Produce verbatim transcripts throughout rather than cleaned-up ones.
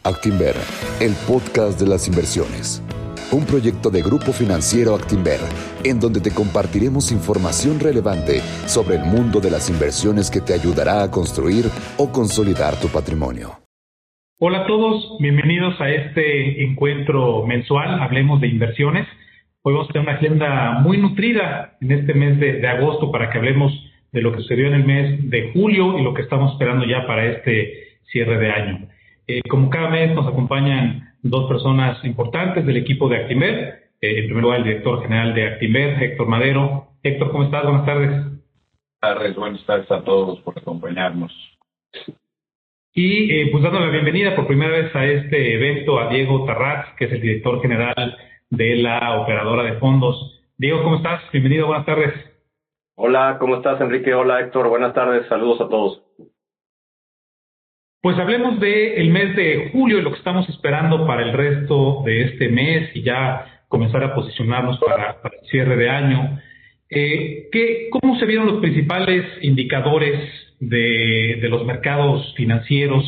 Actinver, el podcast de las inversiones. Un proyecto de Grupo Financiero Actinver, en donde te compartiremos información relevante sobre el mundo de las inversiones que te ayudará a construir o consolidar tu patrimonio. Hola a todos, bienvenidos a este encuentro mensual, Hablemos de Inversiones. Hoy vamos a tener una agenda muy nutrida en este mes de, de agosto para que hablemos de lo que sucedió en el mes de julio y lo que estamos esperando ya para este cierre de año. Eh, como cada mes nos acompañan dos personas importantes del equipo de Actinver. Eh, en primer lugar, el director general de Actinver, Héctor Madero. Héctor, ¿cómo estás? Buenas tardes. Buenas tardes, buenas tardes a todos por acompañarnos. Y eh, pues dando la bienvenida por primera vez a este evento a Diego Tarraz, que es el director general de la operadora de fondos. Diego, ¿cómo estás? Bienvenido, buenas tardes. Hola, ¿cómo estás, Enrique? Hola, Héctor. Buenas tardes, saludos a todos. Pues hablemos del mes de julio y lo que estamos esperando para el resto de este mes y ya comenzar a posicionarnos para, para el cierre de año. Eh, ¿qué, ¿Cómo se vieron los principales indicadores de, de los mercados financieros?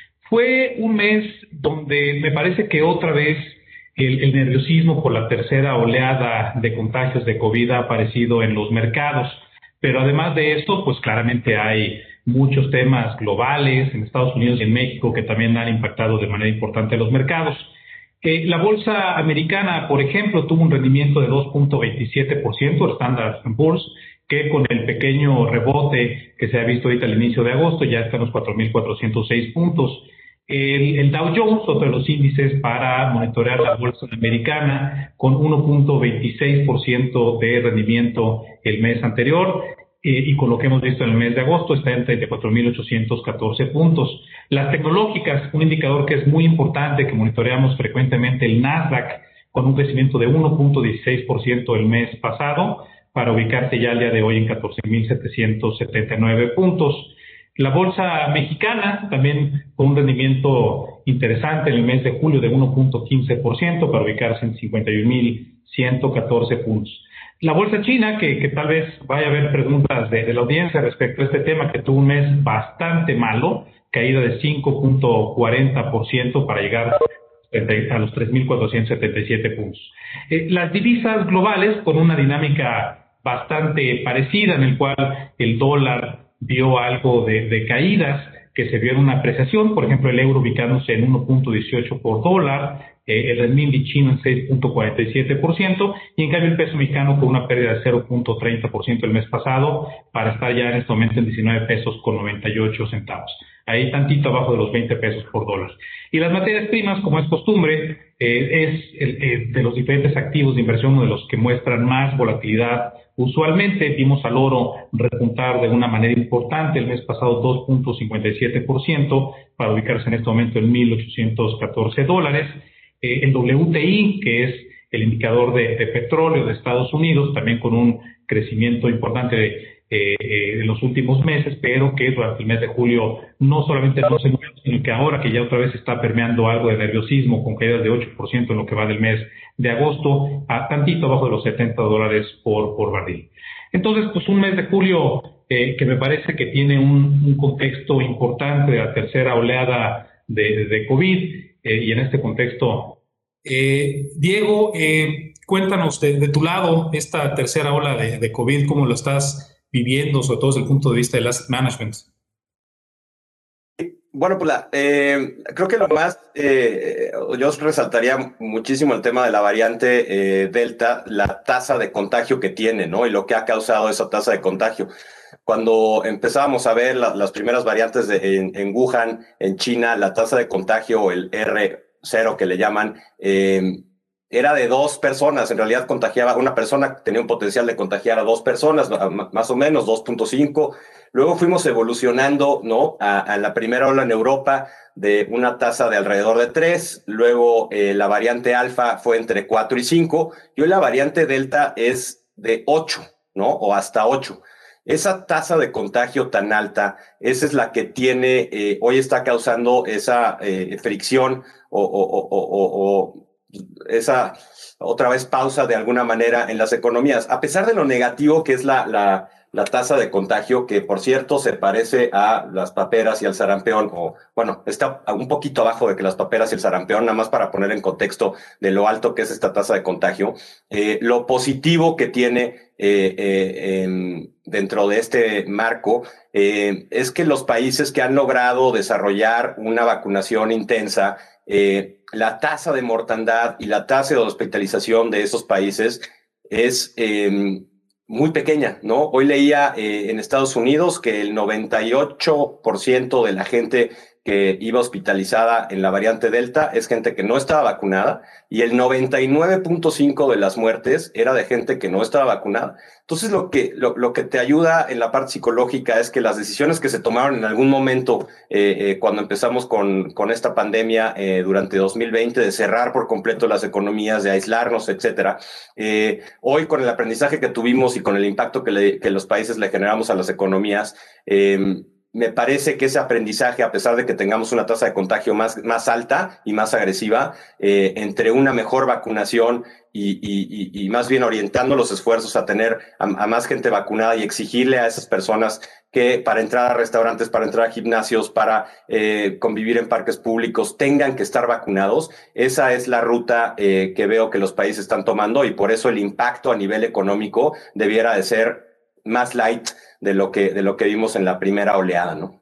Fue un mes donde me parece que otra vez el, el nerviosismo por la tercera oleada de contagios de COVID ha aparecido en los mercados. Pero además de esto, pues claramente hay muchos temas globales en Estados Unidos y en México que también han impactado de manera importante a los mercados. Eh, la bolsa americana, por ejemplo, tuvo un rendimiento de dos punto veintisiete por ciento, el Standard and Poor's, que con el pequeño rebote que se ha visto ahorita al inicio de agosto ya está en los cuatro mil cuatrocientos seis puntos. El, el Dow Jones, otro de los índices para monitorear la bolsa americana, con uno punto veintiséis por ciento de rendimiento el mes anterior. Eh, y con lo que hemos visto en el mes de agosto está en treinta y cuatro mil ochocientos catorce puntos. Las tecnológicas, un indicador que es muy importante, que monitoreamos frecuentemente, el Nasdaq, con un crecimiento de uno punto dieciséis por ciento el mes pasado, para ubicarse ya al día de hoy en catorce mil setecientos setenta y nueve puntos. La bolsa mexicana, también con un rendimiento interesante en el mes de julio de uno punto quince por ciento, para ubicarse en cincuenta y un mil ciento catorce puntos. La bolsa china, que, que tal vez vaya a haber preguntas de, de la audiencia respecto a este tema, que tuvo un mes bastante malo, caída de cinco punto cuarenta por ciento para llegar a los tres mil cuatrocientos setenta y siete puntos. Eh, las divisas globales, con una dinámica bastante parecida, en el cual el dólar vio algo de, de caídas, que se vio en una apreciación, por ejemplo, el euro ubicándose en uno punto dieciocho por dólar, eh, el renminbi chino en seis punto cuarenta y siete por ciento, y en cambio el peso mexicano con una pérdida de cero punto treinta por ciento el mes pasado, para estar ya en este momento en diecinueve pesos con noventa y ocho centavos. Ahí tantito abajo de los veinte pesos por dólar. Y las materias primas, como es costumbre, eh, es el, eh, de los diferentes activos de inversión uno de los que muestran más volatilidad. Usualmente vimos al oro repuntar de una manera importante el mes pasado dos punto cincuenta y siete por ciento para ubicarse en este momento en mil ochocientos catorce dólares. Eh, el W T I, que es el indicador de, de petróleo de Estados Unidos, también con un crecimiento importante de, eh, eh, en los últimos meses, pero que durante el mes de julio no solamente no se mueve, sino que ahora que ya otra vez está permeando algo de nerviosismo con caídas de ocho por ciento en lo que va del mes de agosto, a tantito abajo de los setenta dólares por, por barril. Entonces, pues un mes de julio eh, que me parece que tiene un, un contexto importante de la tercera oleada de, de COVID, eh, y en este contexto, eh, Diego, eh, cuéntanos de, de tu lado esta tercera ola de, de COVID, ¿cómo lo estás viviendo, sobre todo desde el punto de vista del asset management? Bueno, pues la, eh, creo que lo más, eh, yo resaltaría muchísimo el tema de la variante eh, Delta, la tasa de contagio que tiene, ¿no? Y lo que ha causado esa tasa de contagio. Cuando empezábamos a ver la, las primeras variantes de, en, en Wuhan, en China, la tasa de contagio, el R cero que le llaman, eh, era de dos personas. En realidad contagiaba una persona, tenía un potencial de contagiar a dos personas, más o menos dos punto cinco. Luego fuimos evolucionando, ¿no? A, a la primera ola en Europa de una tasa de alrededor de tres, luego eh, la variante alfa fue entre cuatro y cinco, y hoy la variante delta es de ocho, ¿no? O hasta ocho. Esa tasa de contagio tan alta, esa es la que tiene, eh, hoy está causando esa eh, fricción o, o, o, o, o esa otra vez pausa de alguna manera en las economías. A pesar de lo negativo que es la, la la tasa de contagio, que por cierto se parece a las paperas y al sarampión, o bueno, está un poquito abajo de que las paperas y el sarampión, nada más para poner en contexto de lo alto que es esta tasa de contagio. Eh, lo positivo que tiene eh, eh, en, dentro de este marco eh, es que los países que han logrado desarrollar una vacunación intensa, eh, la tasa de mortandad y la tasa de hospitalización de esos países es eh, muy pequeña, ¿no? Hoy leía eh, en Estados Unidos que el noventa y ocho por ciento de la gente que iba hospitalizada en la variante Delta es gente que no estaba vacunada y el noventa y nueve punto cinco por ciento de las muertes era de gente que no estaba vacunada. Entonces, lo que, lo, lo que te ayuda en la parte psicológica es que las decisiones que se tomaron en algún momento eh, eh, cuando empezamos con, con esta pandemia eh, durante dos mil veinte, de cerrar por completo las economías, de aislarnos, etcétera, eh, hoy con el aprendizaje que tuvimos y con el impacto que, le, que los países le generamos a las economías, eh, me parece que ese aprendizaje, a pesar de que tengamos una tasa de contagio más, más alta y más agresiva, eh, entre una mejor vacunación y, y, y, y más bien orientando los esfuerzos a tener a, a más gente vacunada y exigirle a esas personas que para entrar a restaurantes, para entrar a gimnasios, para eh, convivir en parques públicos, tengan que estar vacunados. Esa es la ruta eh, que veo que los países están tomando y por eso el impacto a nivel económico debiera de ser más light de lo que, de lo que vimos en la primera oleada, ¿no?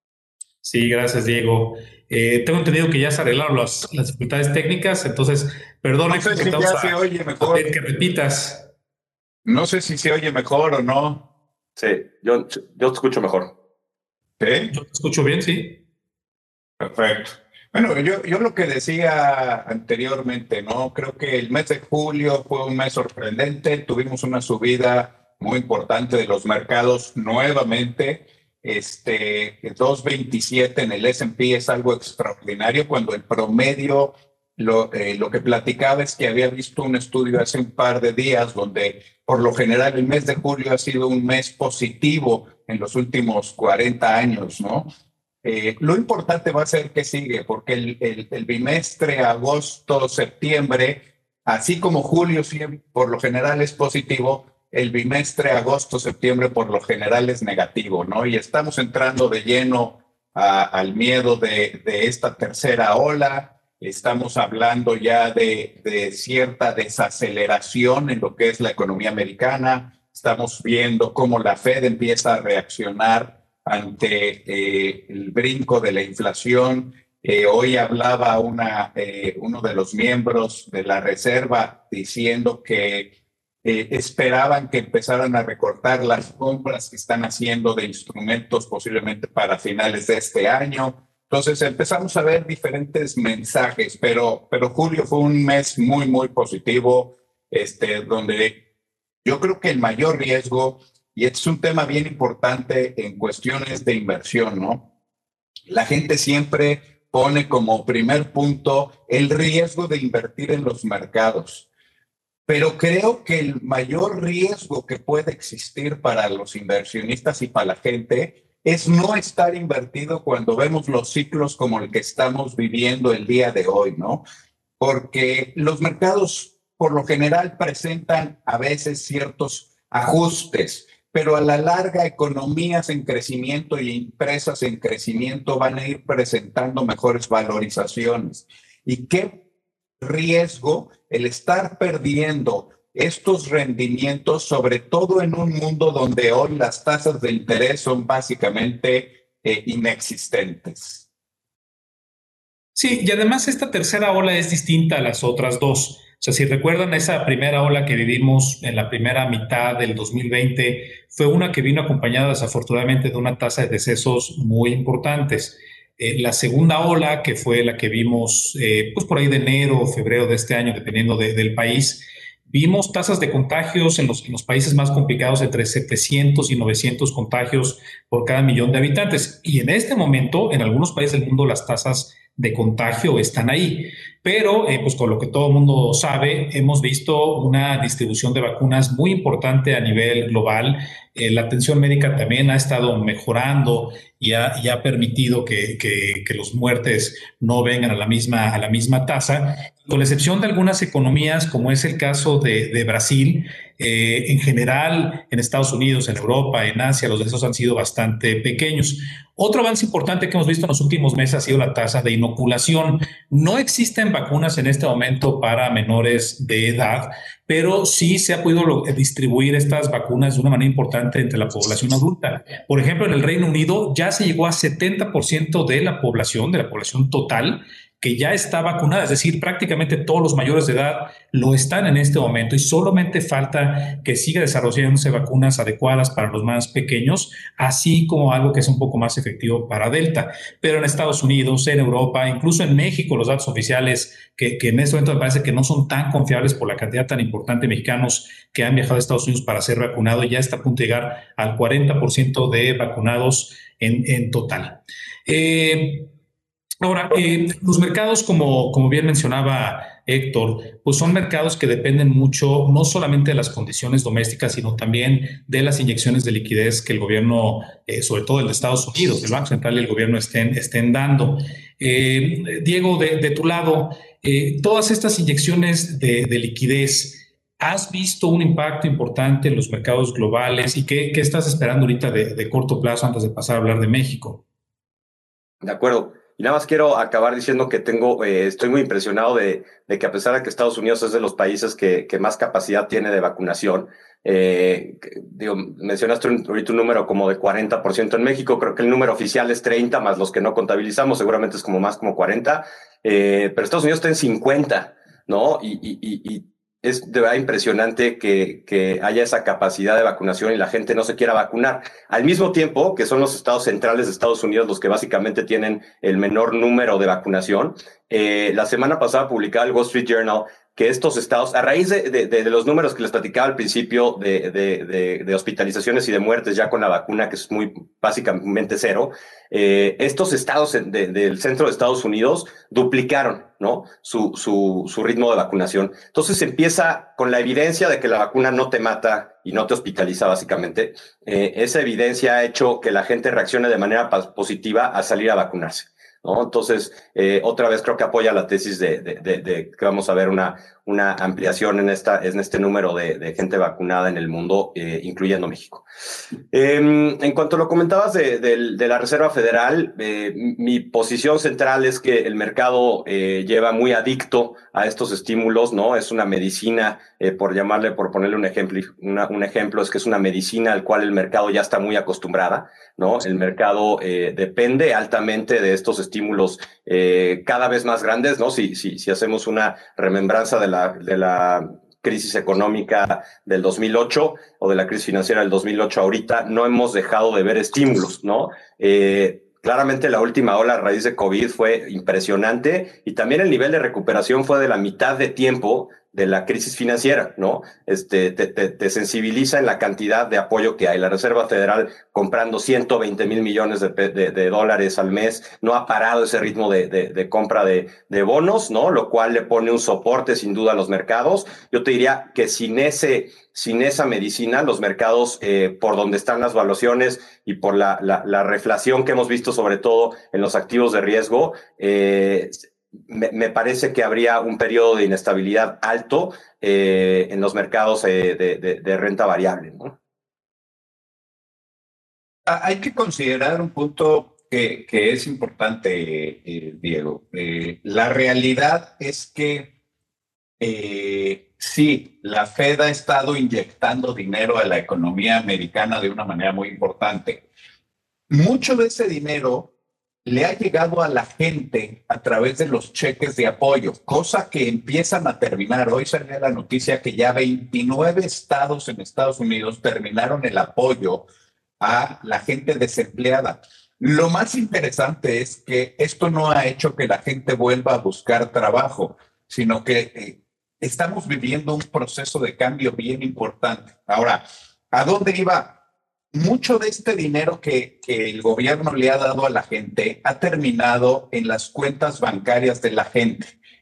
Sí, gracias, Diego. Eh, tengo entendido que ya se arreglaron las, las dificultades técnicas, entonces, perdón, No sé si ya a, se oye a mejor. pedir que repitas. No sé si se oye mejor o no. Sí, yo, yo te escucho mejor. ¿Sí? Yo te escucho bien, sí. Perfecto. Bueno, yo, yo lo que decía anteriormente, ¿no? Creo que el mes de julio fue un mes sorprendente. Tuvimos una subida muy importante de los mercados nuevamente. Este, dos veintisiete en el ese and pe es algo extraordinario cuando el promedio, lo, eh, lo que platicaba es que había visto un estudio hace un par de días donde por lo general el mes de julio ha sido un mes positivo en los últimos cuarenta años, ¿no? Eh, lo importante va a ser que sigue, porque el, el, el bimestre agosto, septiembre, así como julio siempre, por lo general es positivo, el bimestre agosto, septiembre por lo general es negativo, ¿no? Y estamos entrando de lleno a, al miedo de, de esta tercera ola. Estamos hablando ya de, de cierta desaceleración en lo que es la economía americana. Estamos viendo cómo la Fed empieza a reaccionar ante eh, el brinco de la inflación. Eh, hoy hablaba una, eh, uno de los miembros de la Reserva diciendo que Eh, esperaban que empezaran a recortar las compras que están haciendo de instrumentos posiblemente para finales de este año. Entonces empezamos a ver diferentes mensajes, pero, pero julio fue un mes muy, muy positivo, este, donde yo creo que el mayor riesgo, y este es un tema bien importante en cuestiones de inversión, ¿no? La gente siempre pone como primer punto el riesgo de invertir en los mercados. Pero creo que el mayor riesgo que puede existir para los inversionistas y para la gente es no estar invertido cuando vemos los ciclos como el que estamos viviendo el día de hoy, ¿no? Porque los mercados por lo general presentan a veces ciertos ajustes, pero a la larga economías en crecimiento y empresas en crecimiento van a ir presentando mejores valorizaciones. ¿Y qué riesgo el estar perdiendo estos rendimientos, sobre todo en un mundo donde hoy las tasas de interés son básicamente eh, inexistentes? Sí, y además esta tercera ola es distinta a las otras dos. O sea, si recuerdan esa primera ola que vivimos en la primera mitad del dos mil veinte, fue una que vino acompañada desafortunadamente de una tasa de decesos muy importantes. Eh, la segunda ola, que fue la que vimos eh, pues por ahí de enero o febrero de este año, dependiendo de, del país, vimos tasas de contagios en los, en los países más complicados entre setecientos y novecientos contagios por cada millón de habitantes. Y en este momento, en algunos países del mundo, las tasas de contagio están ahí. Pero, eh, pues con lo que todo el mundo sabe, hemos visto una distribución de vacunas muy importante a nivel global. Eh, la atención médica también ha estado mejorando y ha, y ha permitido que, que, que las muertes no vengan a la misma, a la misma tasa, con la excepción de algunas economías, como es el caso de, de Brasil. Eh, en general, en Estados Unidos, en Europa, en Asia, los decesos han sido bastante pequeños. Otro avance importante que hemos visto en los últimos meses ha sido la tasa de inoculación. No existen vacunas en este momento para menores de edad, pero sí se ha podido distribuir estas vacunas de una manera importante entre la población adulta. Por ejemplo, en el Reino Unido ya se llegó a setenta por ciento de la población, de la población total, que ya está vacunada, es decir, prácticamente todos los mayores de edad lo están en este momento y solamente falta que siga desarrollándose vacunas adecuadas para los más pequeños, así como algo que es un poco más efectivo para Delta. Pero en Estados Unidos, en Europa, incluso en México, los datos oficiales que, que en este momento me parece que no son tan confiables por la cantidad tan importante de mexicanos que han viajado a Estados Unidos para ser vacunados, ya está a punto de llegar al cuarenta por ciento de vacunados en, en total. Eh, Ahora, eh, los mercados, como, como bien mencionaba Héctor, pues son mercados que dependen mucho, no solamente de las condiciones domésticas, sino también de las inyecciones de liquidez que el gobierno, eh, sobre todo el de Estados Unidos, el Banco Central y el gobierno estén, estén dando. Eh, Diego, de, de tu lado, eh, todas estas inyecciones de, de liquidez, ¿has visto un impacto importante en los mercados globales? ¿Y qué, qué estás esperando ahorita de, de corto plazo antes de pasar a hablar de México? De acuerdo. Y nada más quiero acabar diciendo que tengo, eh, estoy muy impresionado de, de que a pesar de que Estados Unidos es de los países que, que más capacidad tiene de vacunación, eh, digo, mencionaste un, ahorita un número como de cuarenta por ciento en México, creo que el número oficial es treinta, más los que no contabilizamos, seguramente es como más como cuarenta, eh, pero Estados Unidos está en cincuenta, ¿no? Y, y, y, y es de verdad impresionante que, que haya esa capacidad de vacunación y la gente no se quiera vacunar. Al mismo tiempo que son los estados centrales de Estados Unidos los que básicamente tienen el menor número de vacunación. Eh, la semana pasada publicaba el Wall Street Journal que estos estados, a raíz de, de, de los números que les platicaba al principio de, de, de, de hospitalizaciones y de muertes ya con la vacuna, que es muy básicamente cero, eh, estos estados de, del centro de Estados Unidos duplicaron, ¿no? Su, su, su ritmo de vacunación. Entonces empieza con la evidencia de que la vacuna no te mata y no te hospitaliza básicamente. Eh, esa evidencia ha hecho que la gente reaccione de manera positiva a salir a vacunarse, ¿no? Entonces, eh, otra vez creo que apoya la tesis de, de, de, de que vamos a ver una, una ampliación en, esta, en este número de, de gente vacunada en el mundo, eh, incluyendo México. Eh, en cuanto lo comentabas de, de, de la Reserva Federal, eh, mi posición central es que el mercado eh, lleva muy adicto a estos estímulos, ¿no? Es una medicina, eh, por llamarle, por ponerle un ejemplo, una, un ejemplo, es que es una medicina al cual el mercado ya está muy acostumbrada, ¿no? El mercado eh, depende altamente de estos estímulos eh, cada vez más grandes, ¿no? Si, si, si hacemos una remembranza de la, de la crisis económica del dos mil ocho o de la crisis financiera del dos mil ocho ahorita, no hemos dejado de ver estímulos, ¿no? Eh, Claramente la última ola a raíz de COVID fue impresionante y también el nivel de recuperación fue de la mitad de tiempo de la crisis financiera, ¿no? Este, te, te, te sensibiliza en la cantidad de apoyo que hay. La Reserva Federal comprando ciento veinte mil millones de, de, de dólares al mes, no ha parado ese ritmo de, de, de compra de, de bonos, ¿no? Lo cual le pone un soporte sin duda a los mercados. Yo te diría que sin ese, sin esa medicina, los mercados, eh, por donde están las valuaciones y por la, la, la reflación que hemos visto, sobre todo en los activos de riesgo, eh, Me, me parece que habría un periodo de inestabilidad alto eh, en los mercados eh, de, de, de renta variable, ¿no? Hay que considerar un punto que, que es importante, eh, Diego. Eh, la realidad es que eh, sí, la Fed ha estado inyectando dinero a la economía americana de una manera muy importante. Mucho de ese dinero le ha llegado a la gente a través de los cheques de apoyo, cosa que empiezan a terminar. Hoy salió la noticia que ya veintinueve estados en Estados Unidos terminaron el apoyo a la gente desempleada. Lo más interesante es que esto no ha hecho que la gente vuelva a buscar trabajo, sino que eh, estamos viviendo un proceso de cambio bien importante. Ahora, ¿a dónde iba? Mucho de este dinero que, que el gobierno le ha dado a la gente ha terminado en las cuentas bancarias de la gente.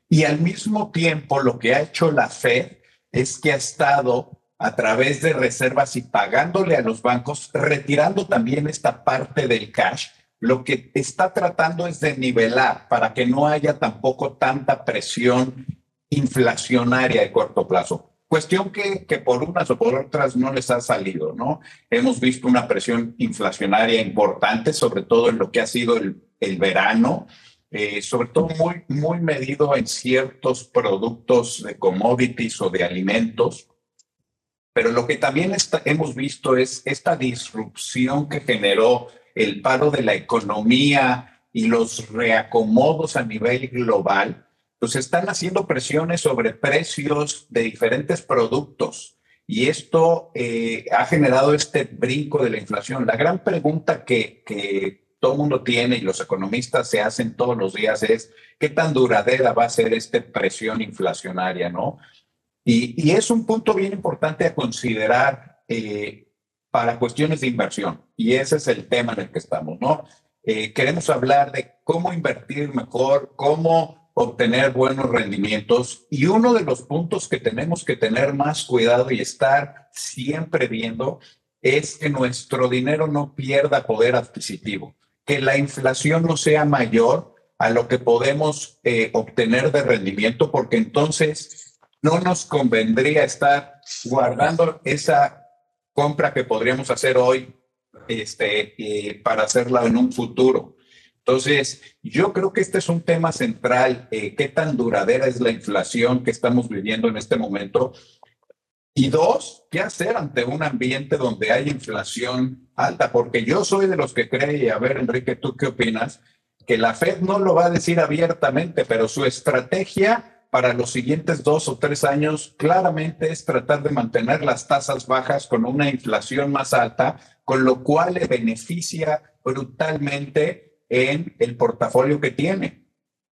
Y al mismo tiempo lo que ha hecho la Fed es que ha estado a través de reservas y pagándole a los bancos, retirando también esta parte del cash. Lo que está tratando es de nivelar para que no haya tampoco tanta presión inflacionaria de corto plazo. Cuestión que, que por unas o por otras no les ha salido, ¿no? Hemos visto una presión inflacionaria importante, sobre todo en lo que ha sido el, el verano, eh, sobre todo muy, muy medido en ciertos productos de commodities o de alimentos. Pero lo que también está, hemos visto es esta disrupción que generó el paro de la economía y los reacomodos a nivel global, pues están haciendo presiones sobre precios de diferentes productos. Y esto eh, ha generado este brinco de la inflación. La gran pregunta que, que todo el mundo tiene y los economistas se hacen todos los días es ¿qué tan duradera va a ser esta presión inflacionaria, no? Y, y es un punto bien importante a considerar eh, para cuestiones de inversión. Y ese es el tema en el que estamos, ¿no? Eh, queremos hablar de cómo invertir mejor, cómo obtener buenos rendimientos. Y uno de los puntos que tenemos que tener más cuidado y estar siempre viendo es que nuestro dinero no pierda poder adquisitivo, que la inflación no sea mayor a lo que podemos eh, obtener de rendimiento, porque entonces no nos convendría estar guardando esa compra que podríamos hacer hoy este, eh, para hacerla en un futuro. Entonces, yo creo que este es un tema central, eh, qué tan duradera es la inflación que estamos viviendo en este momento. Y dos, ¿qué hacer ante un ambiente donde hay inflación alta? Porque yo soy de los que cree, y a ver, Enrique, ¿tú qué opinas? Que la Fed no lo va a decir abiertamente, pero su estrategia para los siguientes dos o tres años claramente es tratar de mantener las tasas bajas con una inflación más alta, con lo cual le beneficia brutalmente en el portafolio que tiene.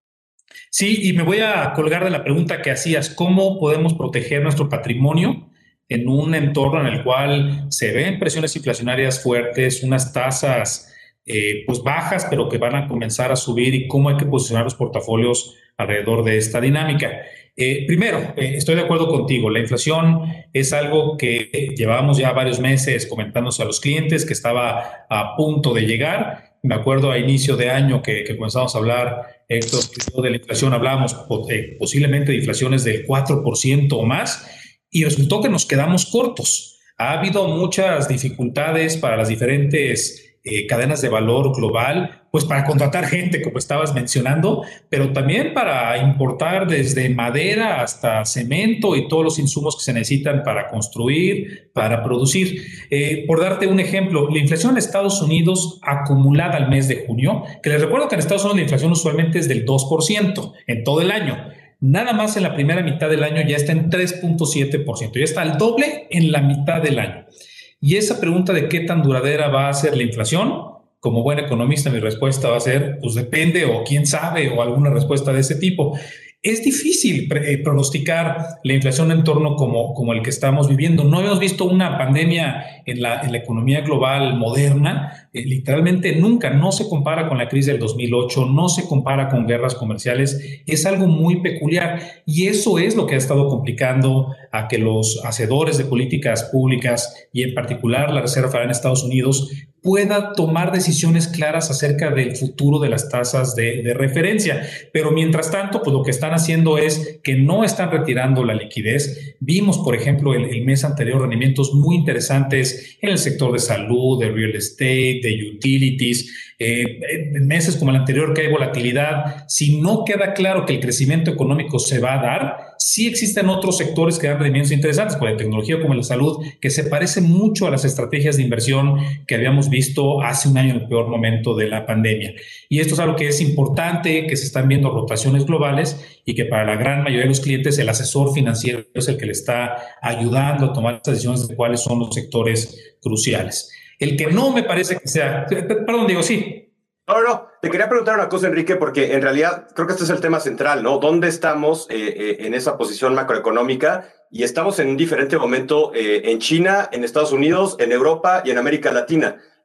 Sí, y me voy a colgar de la pregunta que hacías, ¿cómo podemos proteger nuestro patrimonio en un entorno en el cual se ven presiones inflacionarias fuertes, unas tasas eh, pues bajas, pero que van a comenzar a subir, y cómo hay que posicionar los portafolios alrededor de esta dinámica? Eh, primero, eh, estoy de acuerdo contigo, la inflación es algo que eh, llevábamos ya varios meses comentándose a los clientes, que estaba a punto de llegar. Me acuerdo a inicio de año que, que comenzamos a hablar, Héctor, de la inflación, hablábamos eh, posiblemente de inflaciones del cuatro por ciento o más, y resultó que nos quedamos cortos. Ha habido muchas dificultades para las diferentes Eh, cadenas de valor global, pues para contratar gente, como estabas mencionando, pero también para importar desde madera hasta cemento y todos los insumos que se necesitan para construir, para producir. Eh, por darte un ejemplo, la inflación en Estados Unidos acumulada al mes de junio, que les recuerdo que en Estados Unidos la inflación usualmente es del dos por ciento en todo el año. Nada más en la primera mitad del año ya está en tres punto siete por ciento, ya está al doble en la mitad del año. Y esa pregunta de qué tan duradera va a ser la inflación, como buen economista mi respuesta va a ser, pues depende, o quién sabe, o alguna respuesta de ese tipo. Es difícil eh, pronosticar la inflación en entorno como, como el que estamos viviendo. No hemos visto una pandemia en la, en la economía global moderna, eh, literalmente nunca. No se compara con la crisis del dos mil ocho, no se compara con guerras comerciales. Es algo muy peculiar, y eso es lo que ha estado complicando a que los hacedores de políticas públicas, y en particular la Reserva Federal en Estados Unidos, pueda tomar decisiones claras acerca del futuro de las tasas de, de referencia. Pero mientras tanto, pues lo que están haciendo es que no están retirando la liquidez. Vimos, por ejemplo, el, el mes anterior rendimientos muy interesantes en el sector de salud, de real estate, de utilities. Eh, en meses como el anterior que hay volatilidad, si no queda claro que el crecimiento económico se va a dar, sí existen otros sectores que dan rendimientos interesantes, como la tecnología, como la salud, que se parecen mucho a las estrategias de inversión que habíamos visto hace un año en el peor momento de la pandemia. Y esto es algo que es importante, que se están viendo rotaciones globales, y que para la gran mayoría de los clientes el asesor financiero es el que le está ayudando a tomar estas decisiones de cuáles son los sectores cruciales. El que no me parece que sea... Perdón, Diego, sí. No, no, te quería preguntar una cosa, Enrique, porque en realidad creo que este es el tema central, ¿no? ¿Dónde estamos eh, eh, en esa posición macroeconómica? Y estamos en un diferente momento eh, en China, en Estados Unidos, en Europa y en América Latina.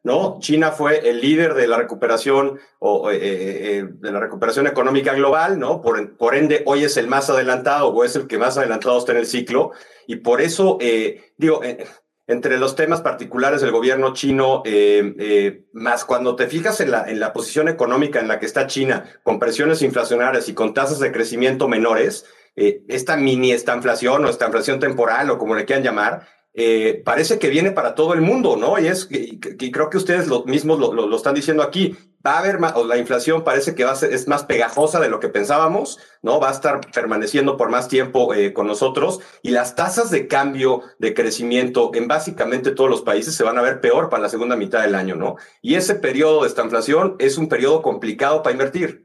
¿no? China fue el líder de la recuperación o eh, eh, de la recuperación económica global, ¿no? Por, por ende, hoy es el más adelantado o es el que más adelantado está en el ciclo, y por eso, eh, digo, eh, entre los temas particulares del gobierno chino, eh, eh, más cuando te fijas en la, en la posición económica en la que está China, con presiones inflacionarias y con tasas de crecimiento menores, eh, esta mini estanflación o estanflación temporal o como le quieran llamar, Eh, parece que viene para todo el mundo, ¿no? Y es y, y creo que ustedes lo, mismos lo, lo, lo están diciendo aquí. Va a haber más, o la inflación parece que va a ser, es más pegajosa de lo que pensábamos, ¿no? Va a estar permaneciendo por más tiempo eh, con nosotros, y las tasas de cambio de crecimiento en básicamente todos los países se van a ver peor para la segunda mitad del año, ¿no? Y ese periodo de esta inflación es un periodo complicado para invertir,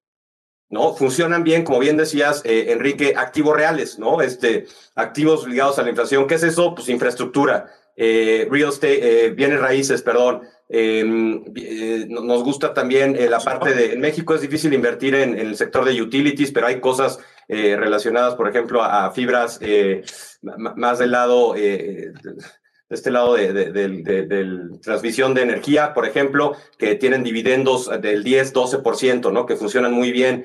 ¿no? Funcionan bien, como bien decías, eh, Enrique, activos reales, ¿no? Este, activos ligados a la inflación. ¿Qué es eso? Pues infraestructura, eh, real estate, eh, bienes raíces, perdón. Eh, eh, nos gusta también eh, la parte de, en México es difícil invertir en, en el sector de utilities, pero hay cosas eh, relacionadas, por ejemplo, a, a fibras eh, más del lado... Eh, de este lado de, de, de, de, de transmisión de energía, por ejemplo, que tienen dividendos del diez, doce por ciento, ¿no? Que funcionan muy bien.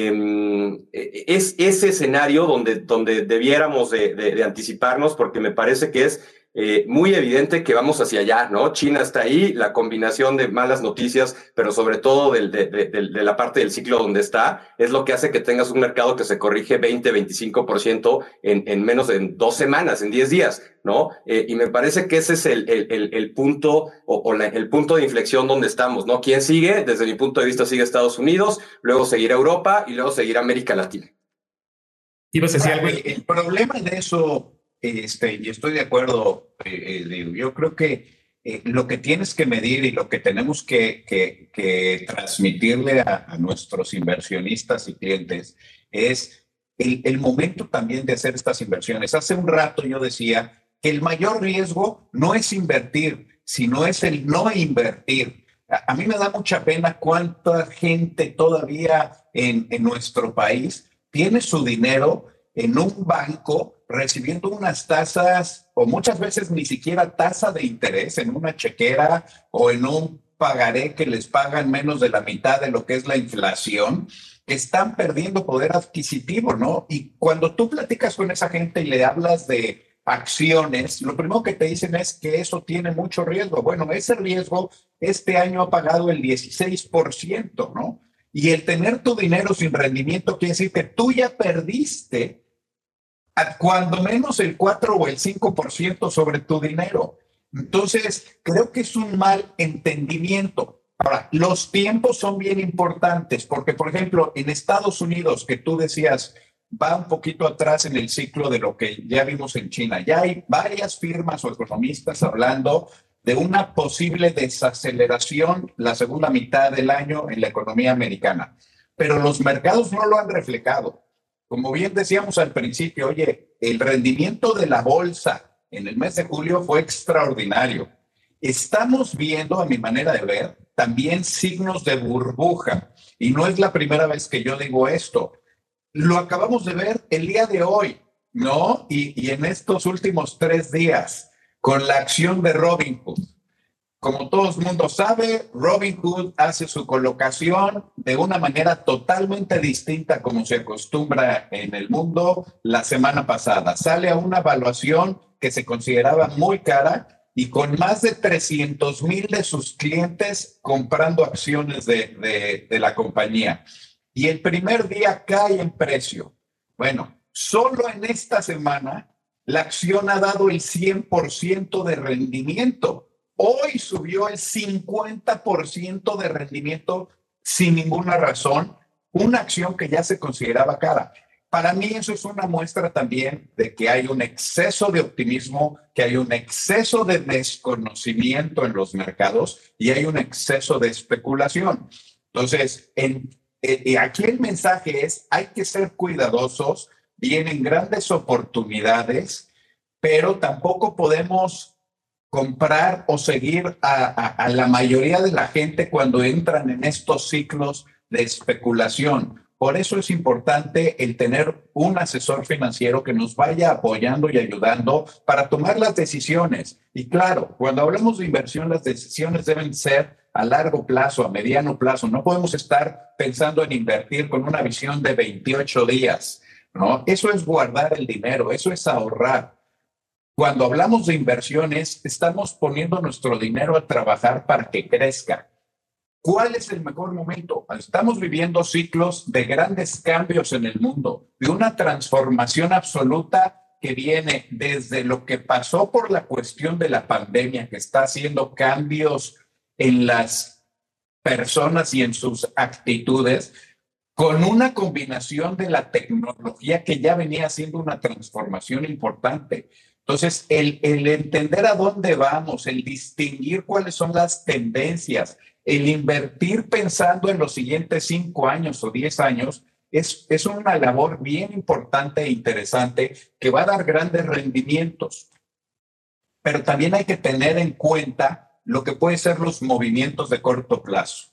Eh, es ese escenario donde, donde debiéramos de, de, de anticiparnos, porque me parece que es eh, muy evidente que vamos hacia allá, ¿no? China está ahí, la combinación de malas noticias, pero sobre todo del, de, de, de, de la parte del ciclo donde está, es lo que hace que tengas un mercado que se corrige veinte, veinticinco por ciento en, en menos de dos semanas, en diez días, ¿no? Eh, y me parece que ese es el, el, el punto o, o la, el punto de inflexión donde estamos, ¿no? ¿Quién sigue? Desde mi punto de vista sigue Estados Unidos, luego seguirá Europa y luego seguirá América Latina. ¿Ibas a decir algo? El, el problema de eso, este, y estoy de acuerdo, eh, eh, yo creo que eh, lo que tienes que medir y lo que tenemos que, que, que transmitirle a, a nuestros inversionistas y clientes es el, el momento también de hacer estas inversiones. Hace un rato yo decía que el mayor riesgo no es invertir, sino es el no invertir. A, a mí me da mucha pena cuánta gente todavía en, en nuestro país tiene su dinero en un banco recibiendo unas tasas, o muchas veces ni siquiera tasa de interés, en una chequera o en un pagaré que les pagan menos de la mitad de lo que es la inflación, que están perdiendo poder adquisitivo, ¿no? Y cuando tú platicas con esa gente y le hablas de acciones, lo primero que te dicen es que eso tiene mucho riesgo. Bueno, ese riesgo este año ha pagado el dieciséis por ciento, ¿no? Y el tener tu dinero sin rendimiento quiere decir que tú ya perdiste a cuando menos el cuatro o el cinco por ciento sobre tu dinero. Entonces, creo que es un mal entendimiento. Ahora, los tiempos son bien importantes porque, por ejemplo, en Estados Unidos, que tú decías, va un poquito atrás en el ciclo de lo que ya vimos en China. Ya hay varias firmas o economistas hablando de una posible desaceleración la segunda mitad del año en la economía americana. Pero los mercados no lo han reflejado. Como bien decíamos al principio, oye, el rendimiento de la bolsa en el mes de julio fue extraordinario. Estamos viendo, a mi manera de ver, también signos de burbuja. Y no es la primera vez que yo digo esto. Lo acabamos de ver el día de hoy, ¿no? Y, y en estos últimos tres días, con la acción de Robinhood. Como todo el mundo sabe, Robinhood hace su colocación de una manera totalmente distinta como se acostumbra en el mundo la semana pasada. Sale a una evaluación que se consideraba muy cara y con más de trescientos mil de sus clientes comprando acciones de, de, de la compañía. Y el primer día cae en precio. Bueno, solo en esta semana la acción ha dado el cien por ciento de rendimiento. Hoy subió el cincuenta por ciento de rendimiento sin ninguna razón, una acción que ya se consideraba cara. Para mí eso es una muestra también de que hay un exceso de optimismo, que hay un exceso de desconocimiento en los mercados y hay un exceso de especulación. Entonces, en, eh, aquí el mensaje es, hay que ser cuidadosos, vienen grandes oportunidades, pero tampoco podemos comprar o seguir a, a, a la mayoría de la gente cuando entran en estos ciclos de especulación. Por eso es importante el tener un asesor financiero que nos vaya apoyando y ayudando para tomar las decisiones. Y claro, cuando hablamos de inversión, las decisiones deben ser a largo plazo, a mediano plazo. No podemos estar pensando en invertir con una visión de veintiocho días, ¿no? Eso es guardar el dinero, eso es ahorrar. Cuando hablamos de inversiones, estamos poniendo nuestro dinero a trabajar para que crezca. ¿Cuál es el mejor momento? Estamos viviendo ciclos de grandes cambios en el mundo, de una transformación absoluta que viene desde lo que pasó por la cuestión de la pandemia, que está haciendo cambios en las personas y en sus actitudes, con una combinación de la tecnología que ya venía haciendo una transformación importante. Entonces, el, el entender a dónde vamos, el distinguir cuáles son las tendencias, el invertir pensando en los siguientes cinco años o diez años, es, es una labor bien importante e interesante que va a dar grandes rendimientos. Pero también hay que tener en cuenta lo que pueden ser los movimientos de corto plazo.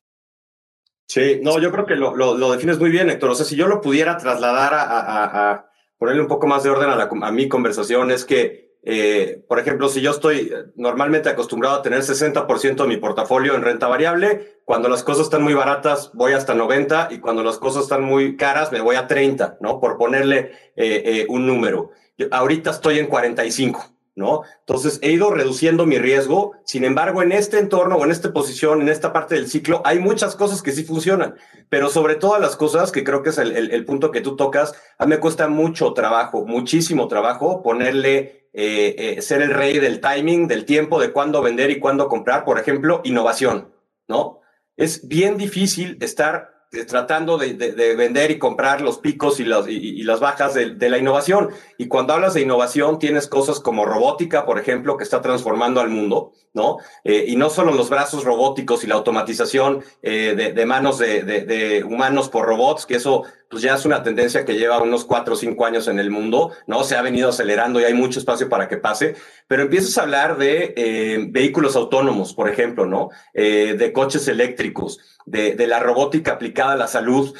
Sí, no, yo creo que lo, lo, lo defines muy bien, Héctor. O sea, si yo lo pudiera trasladar a, a, a ponerle un poco más de orden a, la, a mi conversación, es que, eh, por ejemplo, si yo estoy normalmente acostumbrado a tener sesenta por ciento de mi portafolio en renta variable, cuando las cosas están muy baratas voy hasta noventa y cuando las cosas están muy caras me voy a treinta, ¿no? Por ponerle eh, eh, un número. Yo, ahorita estoy en cuarenta y cinco. ¿No? Entonces he ido reduciendo mi riesgo. Sin embargo, en este entorno o en esta posición, en esta parte del ciclo, hay muchas cosas que sí funcionan, pero sobre todas las cosas, que creo que es el, el, el punto que tú tocas, a mí me cuesta mucho trabajo, muchísimo trabajo ponerle, eh, eh, ser el rey del timing, del tiempo, de cuándo vender y cuándo comprar. Por ejemplo, innovación, ¿no? Es bien difícil estar tratando de, de, de vender y comprar los picos y las, y, y las bajas de, de la innovación. Y cuando hablas de innovación, tienes cosas como robótica, por ejemplo, que está transformando al mundo, ¿no? Eh, y no solo los brazos robóticos y la automatización eh, de, de manos de, de, de humanos por robots, que eso pues ya es una tendencia que lleva unos cuatro o cinco años en el mundo, ¿no? Se ha venido acelerando y hay mucho espacio para que pase, pero empiezas a hablar de eh, vehículos autónomos, por ejemplo, ¿no? Eh, de coches eléctricos, de, de la robótica aplicada a la salud.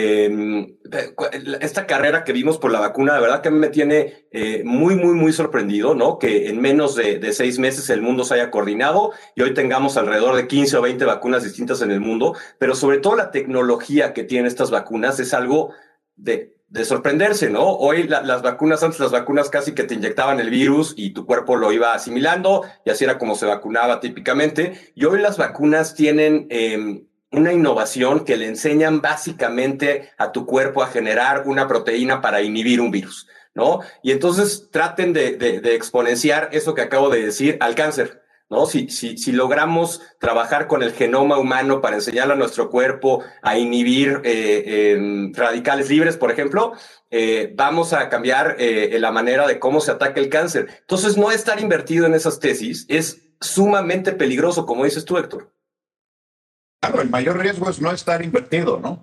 Eh, esta carrera que vimos por la vacuna, de verdad que a mí me tiene eh, muy, muy, muy sorprendido, ¿no? Que en menos de, de seis meses el mundo se haya coordinado y hoy tengamos alrededor de quince o veinte vacunas distintas en el mundo, pero sobre todo la tecnología que tienen estas vacunas es algo de, de sorprenderse, ¿no? Hoy la, las vacunas, antes las vacunas casi que te inyectaban el virus y tu cuerpo lo iba asimilando y así era como se vacunaba típicamente, y hoy las vacunas tienen eh, una innovación que le enseñan básicamente a tu cuerpo a generar una proteína para inhibir un virus, ¿no? Y entonces traten de, de, de exponenciar eso que acabo de decir al cáncer, ¿no? Si, si, si logramos trabajar con el genoma humano para enseñarle a nuestro cuerpo a inhibir eh, eh, radicales libres, por ejemplo, eh, vamos a cambiar eh, la manera de cómo se ataca el cáncer. Entonces, no estar invertido en esas tesis es sumamente peligroso, como dices tú, Héctor. Claro, el mayor riesgo es no estar invertido, ¿no?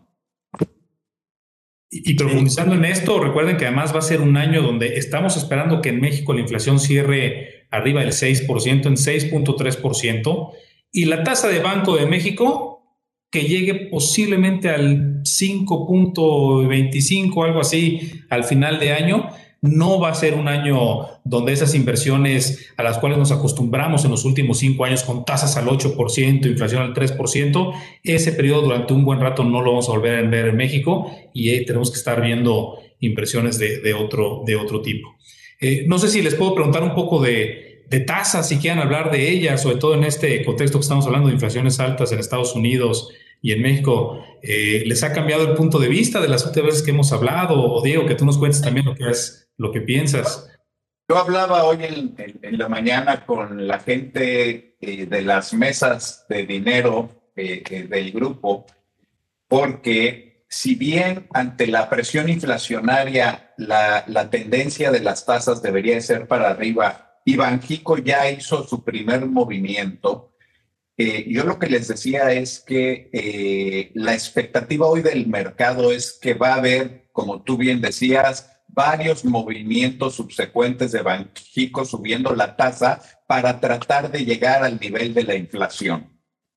Y, y profundizando en esto, recuerden que además va a ser un año donde estamos esperando que en México la inflación cierre arriba del seis por ciento, en seis punto tres por ciento, y la tasa de Banco de México que llegue posiblemente al cinco punto veinticinco, algo así, al final de año. No va a ser un año donde esas inversiones a las cuales nos acostumbramos en los últimos cinco años con tasas al ocho por ciento, inflación al tres por ciento, ese periodo durante un buen rato no lo vamos a volver a ver en México y eh, tenemos que estar viendo inversiones de, de, otro, de otro tipo. Eh, no sé si les puedo preguntar un poco de, de tasas, si quieren hablar de ellas, sobre todo en este contexto que estamos hablando de inflaciones altas en Estados Unidos y en México. Eh, ¿Les ha cambiado el punto de vista de las últimas veces que hemos hablado? O Diego, que tú nos cuentes también lo que es lo que piensas. Yo hablaba hoy en, en, en la mañana con la gente eh, de las mesas de dinero eh, eh, del grupo, porque si bien ante la presión inflacionaria la, la tendencia de las tasas debería ser para arriba, y Banxico ya hizo su primer movimiento, eh, yo lo que les decía es que eh, la expectativa hoy del mercado es que va a haber, como tú bien decías, varios movimientos subsecuentes de Banxico subiendo la tasa para tratar de llegar al nivel de la inflación.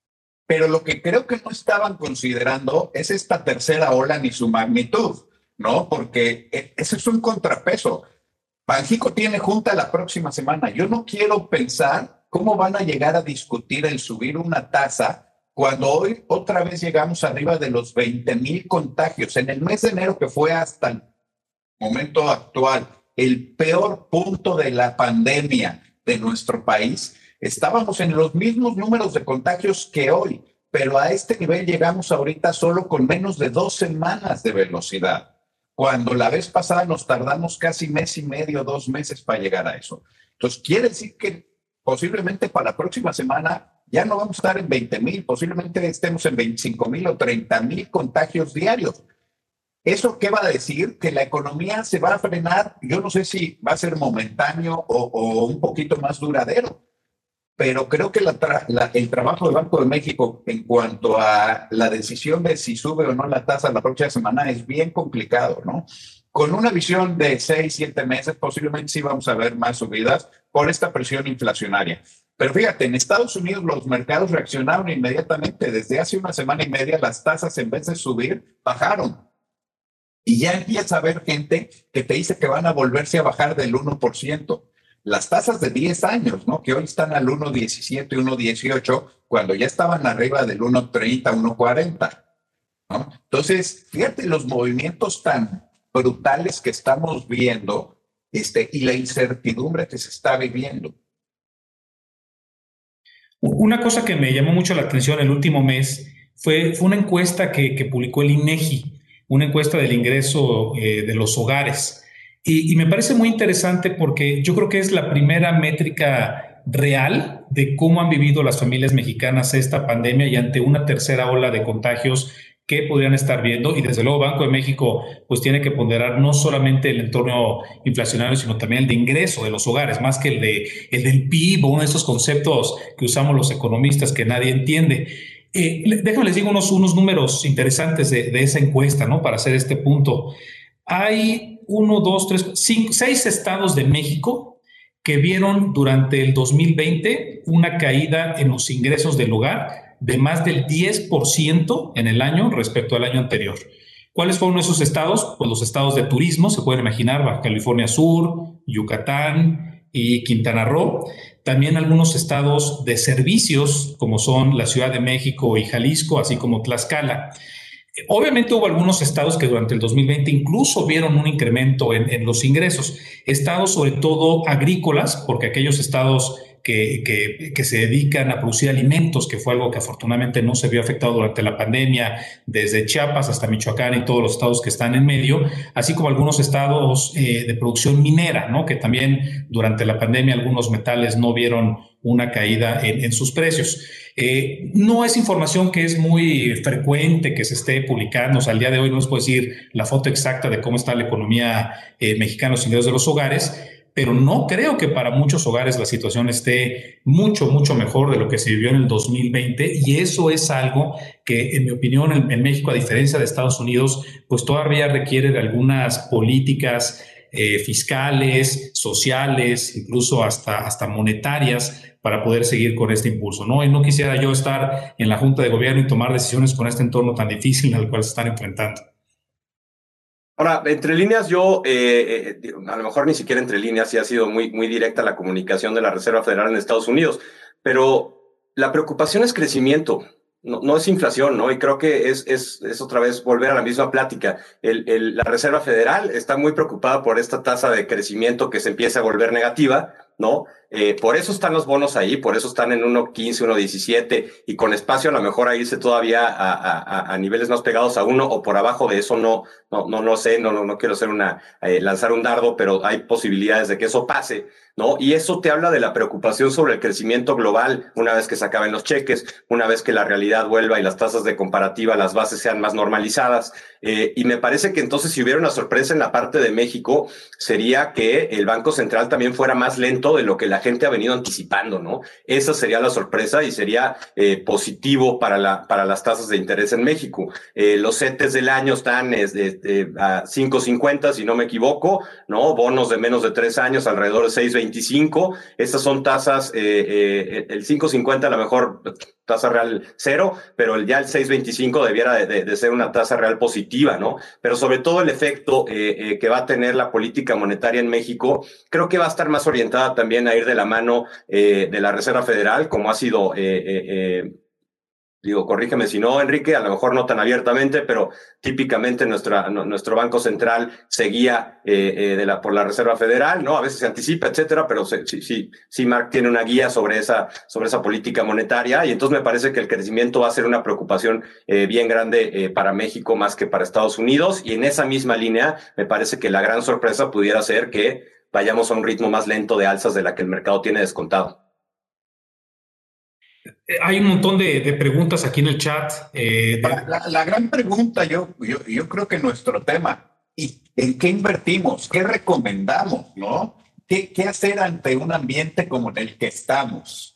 Pero lo que creo que no estaban considerando es esta tercera ola ni su magnitud, ¿no? Porque ese es un contrapeso. Banxico tiene junta la próxima semana. Yo no quiero pensar cómo van a llegar a discutir el subir una tasa cuando hoy otra vez llegamos arriba de los veinte mil contagios. En el mes de enero, que fue hasta el momento actual el peor punto de la pandemia de nuestro país, estábamos en los mismos números de contagios que hoy, pero a este nivel llegamos ahorita solo con menos de dos semanas de velocidad, cuando la vez pasada nos tardamos casi mes y medio, dos meses para llegar a eso. Entonces, quiere decir que posiblemente para la próxima semana ya no vamos a estar en veinte mil, posiblemente estemos en veinticinco mil o treinta mil contagios diarios. ¿Eso qué va a decir? Que la economía se va a frenar. Yo no sé si va a ser momentáneo o, o un poquito más duradero, pero creo que la tra la, el trabajo del Banco de México en cuanto a la decisión de si sube o no la tasa la próxima semana es bien complicado, ¿no? Con una visión de seis, siete meses, posiblemente sí vamos a ver más subidas por esta presión inflacionaria. Pero fíjate, en Estados Unidos los mercados reaccionaron inmediatamente. Desde hace una semana y media las tasas, en vez de subir, bajaron. Y ya empieza a haber gente que te dice que van a volverse a bajar del uno por ciento. Las tasas de diez años, ¿no? Que hoy están al uno diecisiete, uno dieciocho, cuando ya estaban arriba del uno treinta, uno cuarenta, ¿no? Entonces, fíjate los movimientos tan brutales que estamos viendo, este, y la incertidumbre que se está viviendo. Una cosa que me llamó mucho la atención el último mes fue, fue una encuesta que, que publicó el INEGI, una encuesta del ingreso eh, de los hogares. Y, y me parece muy interesante porque yo creo que es la primera métrica real de cómo han vivido las familias mexicanas esta pandemia y ante una tercera ola de contagios que podrían estar viendo. Y desde luego Banco de México pues tiene que ponderar no solamente el entorno inflacionario, sino también el de ingreso de los hogares, más que el, de, el del P I B, uno de esos conceptos que usamos los economistas que nadie entiende. Eh, déjame les digo unos, unos números interesantes de, de esa encuesta, ¿no? Para hacer este punto. Hay uno, dos, tres, cinco, seis estados de México que vieron durante el dos mil veinte una caída en los ingresos del hogar de más del diez por ciento en el año respecto al año anterior. ¿Cuáles fueron esos estados? Pues los estados de turismo, se pueden imaginar, Baja California Sur, Yucatán y Quintana Roo. También algunos estados de servicios, como son la Ciudad de México y Jalisco, así como Tlaxcala. Obviamente hubo algunos estados que durante el dos mil veinte incluso vieron un incremento en, en los ingresos. Estados sobre todo agrícolas, porque aquellos estados que, que, que se dedican a producir alimentos, que fue algo que afortunadamente no se vio afectado durante la pandemia, desde Chiapas hasta Michoacán y todos los estados que están en medio, así como algunos estados eh, de producción minera, ¿no? Que también durante la pandemia algunos metales no vieron una caída en, en sus precios. Eh, no es información que es muy frecuente que se esté publicando. O sea, al día de hoy no les puedo decir la foto exacta de cómo está la economía eh, mexicana, los ingresos de los hogares, pero no creo que para muchos hogares la situación esté mucho, mucho mejor de lo que se vivió en el dos mil veinte, y eso es algo que, en mi opinión, en, en México, a diferencia de Estados Unidos, pues todavía requiere de algunas políticas eh, fiscales, sociales, incluso hasta, hasta monetarias, para poder seguir con este impulso, ¿no? Y no quisiera yo estar en la Junta de Gobierno y tomar decisiones con este entorno tan difícil al cual se están enfrentando. Ahora, entre líneas, yo, eh, eh, a lo mejor ni siquiera entre líneas, sí ha sido muy, muy directa la comunicación de la Reserva Federal en Estados Unidos, pero la preocupación es crecimiento, no, no es inflación, ¿no? Y creo que es, es, es otra vez volver a la misma plática. El, el, la Reserva Federal está muy preocupada por esta tasa de crecimiento que se empieza a volver negativa, ¿no? Eh, por eso están los bonos ahí, por eso están en uno quince, uno diecisiete y con espacio a lo mejor a irse todavía a, a, a niveles más pegados a uno o por abajo de eso, no, no, no, no sé, no, no, no quiero hacer una, eh, lanzar un dardo, pero hay posibilidades de que eso pase, ¿no? Y eso te habla de la preocupación sobre el crecimiento global una vez que se acaben los cheques, una vez que la realidad vuelva y las tasas de comparativa, las bases sean más normalizadas. Eh, y me parece que entonces si hubiera una sorpresa en la parte de México, sería que el Banco Central también fuera más lento de lo que la gente ha venido anticipando, ¿no? Esa sería la sorpresa y sería eh, positivo para, la, para las tasas de interés en México. Eh, los CETES del año están eh, de, a cinco cincuenta, si no me equivoco, ¿no? Bonos de menos de tres años, alrededor de seis veinticinco. Estas son tasas, eh, eh, el cinco cincuenta a lo mejor tasa real cero, pero el, ya el seis punto veinticinco debiera de, de, de ser una tasa real positiva, ¿no? Pero sobre todo el efecto eh, eh, que va a tener la política monetaria en México, creo que va a estar más orientada también a ir de la mano eh, de la Reserva Federal, como ha sido... Eh, eh, eh, Digo, corrígeme si no, Enrique, a lo mejor no tan abiertamente, pero típicamente nuestra, no, nuestro Banco Central se guía eh, eh, de la, por la Reserva Federal, ¿no? A veces se anticipa, etcétera, pero se, sí, sí, sí, Mark tiene una guía sobre esa, sobre esa política monetaria, y entonces me parece que el crecimiento va a ser una preocupación eh, bien grande eh, para México más que para Estados Unidos, y en esa misma línea me parece que la gran sorpresa pudiera ser que vayamos a un ritmo más lento de alzas de la que el mercado tiene descontado. Hay un montón de, de preguntas aquí en el chat. Eh, de... la, la, la gran pregunta, yo, yo, yo creo que nuestro tema, ¿y en qué invertimos? ¿Qué recomendamos? ¿No? ¿Qué, qué hacer ante un ambiente como en el que estamos?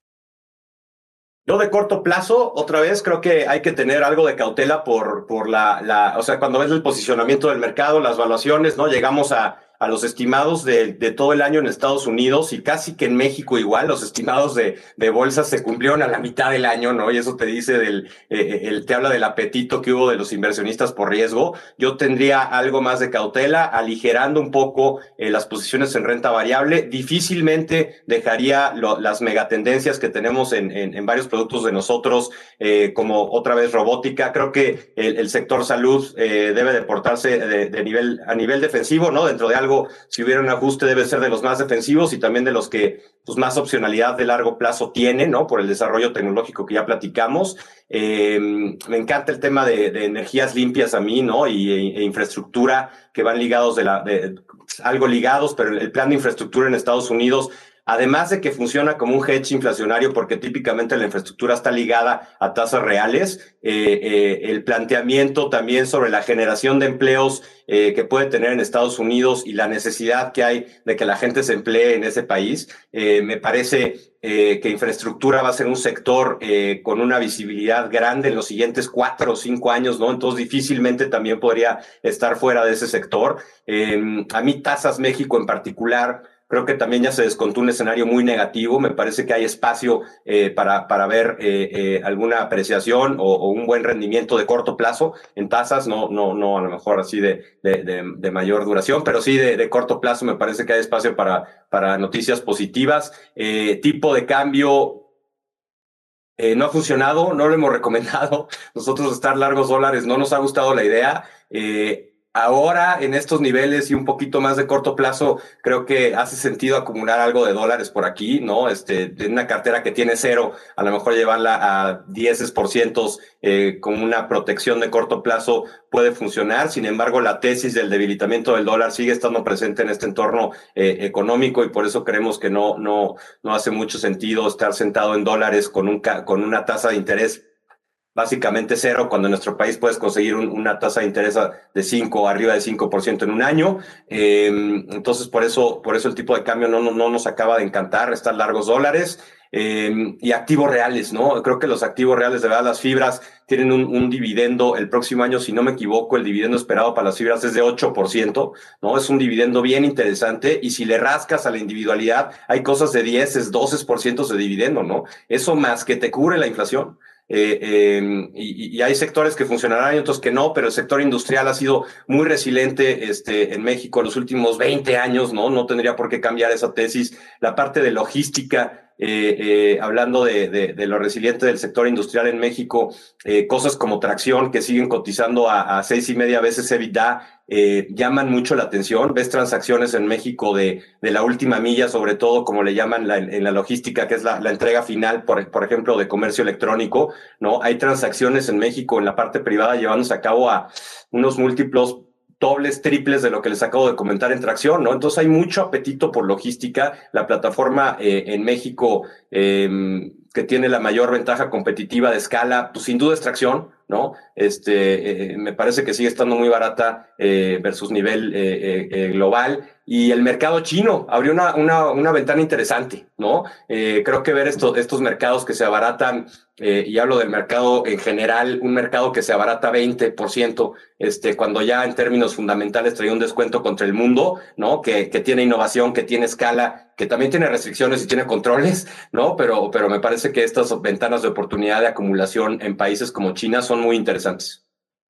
Yo de corto plazo, otra vez, creo que hay que tener algo de cautela por, por la, la, o sea, cuando ves el posicionamiento del mercado, las valuaciones, ¿no? Llegamos a, a los estimados de, de todo el año en Estados Unidos y casi que en México igual, los estimados de, de bolsas se cumplieron a la mitad del año, ¿no? Y eso te dice del, eh, el, te habla del apetito que hubo de los inversionistas por riesgo. Yo tendría algo más de cautela, aligerando un poco eh, las posiciones en renta variable. Difícilmente dejaría lo, las megatendencias que tenemos en, en, en varios productos de nosotros, eh, como otra vez robótica. Creo que el, el sector salud eh, debe de portarse de, de nivel, a nivel defensivo, ¿no? Dentro de algo, si hubiera un ajuste, debe ser de los más defensivos y también de los que pues, más opcionalidad de largo plazo tienen, ¿no? Por el desarrollo tecnológico que ya platicamos. Eh, me encanta el tema de, de energías limpias a mí, ¿no? Y e, e infraestructura que van ligados de la, de, algo ligados, pero el plan de infraestructura en Estados Unidos, además de que funciona como un hedge inflacionario, porque típicamente la infraestructura está ligada a tasas reales, eh, eh, el planteamiento también sobre la generación de empleos eh, que puede tener en Estados Unidos y la necesidad que hay de que la gente se emplee en ese país, eh, me parece eh, que infraestructura va a ser un sector eh, con una visibilidad grande en los siguientes cuatro o cinco años, ¿no? Entonces difícilmente también podría estar fuera de ese sector. Eh, a mí Tasas México en particular, creo que también ya se descontó un escenario muy negativo. Me parece que hay espacio eh, para, para ver eh, eh, alguna apreciación o, o un buen rendimiento de corto plazo en tasas, no, no, no a lo mejor así de, de, de, de mayor duración, pero sí de, de corto plazo me parece que hay espacio para, para noticias positivas. Eh, tipo de cambio eh, no ha funcionado, no lo hemos recomendado. Nosotros estar largos dólares no nos ha gustado la idea. Eh, Ahora, en estos niveles y un poquito más de corto plazo, creo que hace sentido acumular algo de dólares por aquí, ¿no? Este, de una cartera que tiene cero, a lo mejor llevarla a diez por ciento eh, con una protección de corto plazo puede funcionar. Sin embargo, la tesis del debilitamiento del dólar sigue estando presente en este entorno eh, económico y por eso creemos que no, no, no hace mucho sentido estar sentado en dólares con, un, con una tasa de interés básicamente cero, cuando en nuestro país puedes conseguir un, una tasa de interés de cinco, arriba de cinco por ciento en un año. Eh, entonces, por eso, por eso el tipo de cambio no, no, no nos acaba de encantar, estar largos dólares. Eh, y activos reales, ¿no? Creo que los activos reales, de verdad, las fibras tienen un, un dividendo el próximo año, si no me equivoco, el dividendo esperado para las fibras es de ocho por ciento, ¿no? Es un dividendo bien interesante y si le rascas a la individualidad, hay cosas de diez, doce por ciento de dividendo, ¿no? Eso más que te cubre la inflación. Eh, eh, y, y hay sectores que funcionarán y otros que no, pero el sector industrial ha sido muy resiliente este, en México en los últimos veinte años, ¿no? No tendría por qué cambiar esa tesis. La parte de logística, eh, eh, hablando de, de, de lo resiliente del sector industrial en México, eh, cosas como tracción que siguen cotizando a, a seis y media veces EBITDA, eh, llaman mucho la atención. Ves transacciones en México de, de la última milla, sobre todo como le llaman la, en la logística, que es la, la entrega final, por, por ejemplo, de comercio electrónico, ¿no? Hay transacciones en México en la parte privada llevándose a cabo a unos múltiplos dobles, triples de lo que les acabo de comentar en tracción, ¿no? Entonces hay mucho apetito por logística. La plataforma eh, en México eh, que tiene la mayor ventaja competitiva de escala, pues sin duda es tracción, ¿no? Este, eh, me parece que sigue estando muy barata eh, versus nivel eh, eh, global. Y el mercado chino abrió una, una, una ventana interesante, ¿no? Eh, creo que ver estos, estos mercados que se abaratan, eh, y hablo del mercado en general, un mercado que se abarata veinte por ciento, este, cuando ya en términos fundamentales trae un descuento contra el mundo, ¿no? Que, que tiene innovación, que tiene escala que también tiene restricciones y tiene controles, ¿no? Pero, pero me parece que estas ventanas de oportunidad de acumulación en países como China son muy interesantes.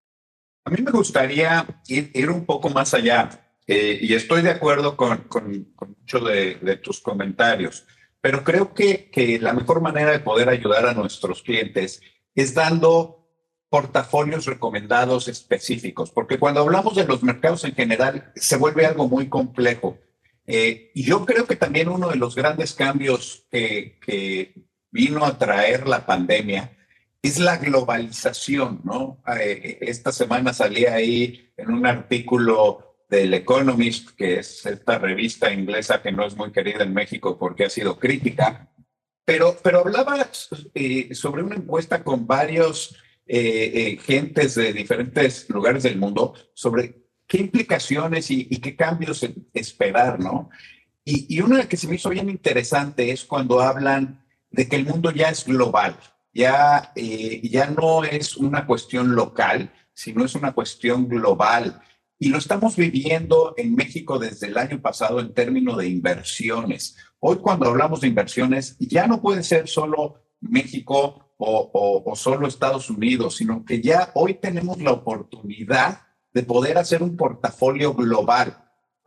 A mí me gustaría ir, ir un poco más allá, eh, y estoy de acuerdo con, con, con muchos de, de tus comentarios, pero creo que, que la mejor manera de poder ayudar a nuestros clientes es dando portafolios recomendados específicos, porque cuando hablamos de los mercados en general se vuelve algo muy complejo. Eh, y yo creo que también uno de los grandes cambios que, que vino a traer la pandemia es la globalización, ¿no? Eh, esta semana salí ahí en un artículo del Economist, que es esta revista inglesa que no es muy querida en México porque ha sido crítica, pero, pero hablaba eh, sobre una encuesta con varios eh, eh, gentes de diferentes lugares del mundo sobre qué implicaciones y, y qué cambios esperar, ¿no? Y, y una que se me hizo bien interesante es cuando hablan de que el mundo ya es global. Ya, eh, ya no es una cuestión local, sino es una cuestión global. Y lo estamos viviendo en México desde el año pasado en términos de inversiones. Hoy cuando hablamos de inversiones, ya no puede ser solo México o, o, o solo Estados Unidos, sino que ya hoy tenemos la oportunidad de poder hacer un portafolio global.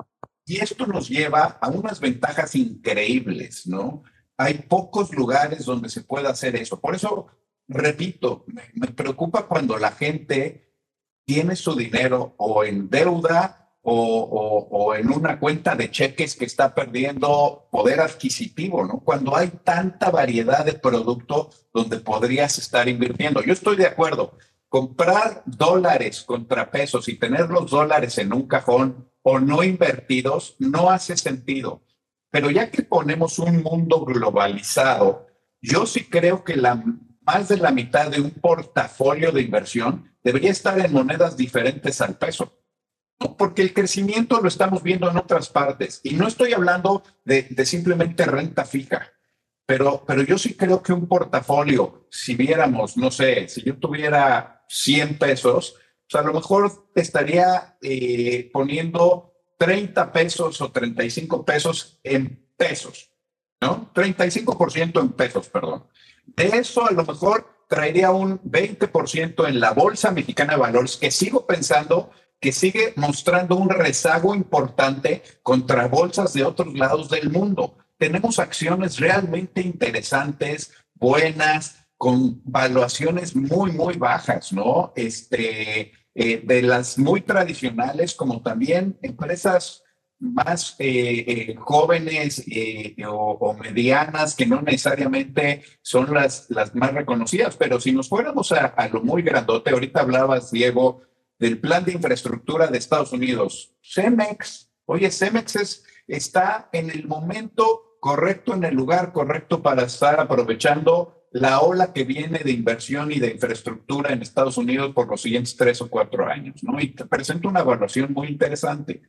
Y esto nos lleva a unas ventajas increíbles, ¿no? Hay pocos lugares donde se pueda hacer eso. Por eso, repito, me, me preocupa cuando la gente tiene su dinero o en deuda o, o, o en una cuenta de cheques que está perdiendo poder adquisitivo, ¿no? Cuando hay tanta variedad de productos donde podrías estar invirtiendo. Yo estoy de acuerdo. Comprar dólares contra pesos y tener los dólares en un cajón o no invertidos no hace sentido. Pero ya que ponemos un mundo globalizado, yo sí creo que la, más de la mitad de un portafolio de inversión debería estar en monedas diferentes al peso. Porque el crecimiento lo estamos viendo en otras partes. Y no estoy hablando de, de simplemente renta fija. Pero, pero yo sí creo que un portafolio, si viéramos, no sé, si yo tuviera cien pesos, pues a lo mejor estaría eh, poniendo treinta pesos o treinta y cinco pesos en pesos, ¿no? treinta y cinco por ciento en pesos, perdón. De eso a lo mejor traería un veinte por ciento en la Bolsa Mexicana de Valores, que sigo pensando que sigue mostrando un rezago importante contra bolsas de otros lados del mundo. Tenemos acciones realmente interesantes, buenas, con valuaciones muy, muy bajas, ¿no? Este... Eh, de las muy tradicionales, como también empresas más eh, eh, jóvenes eh, o, o medianas, que no necesariamente son las, las más reconocidas. Pero si nos fuéramos a, a lo muy grandote, ahorita hablabas, Diego, del plan de infraestructura de Estados Unidos. Cemex, oye, Cemex es, está en el momento correcto, en el lugar correcto para estar aprovechando la ola que viene de inversión y de infraestructura en Estados Unidos por los siguientes tres o cuatro años, ¿no? Y te presenta una evaluación muy interesante.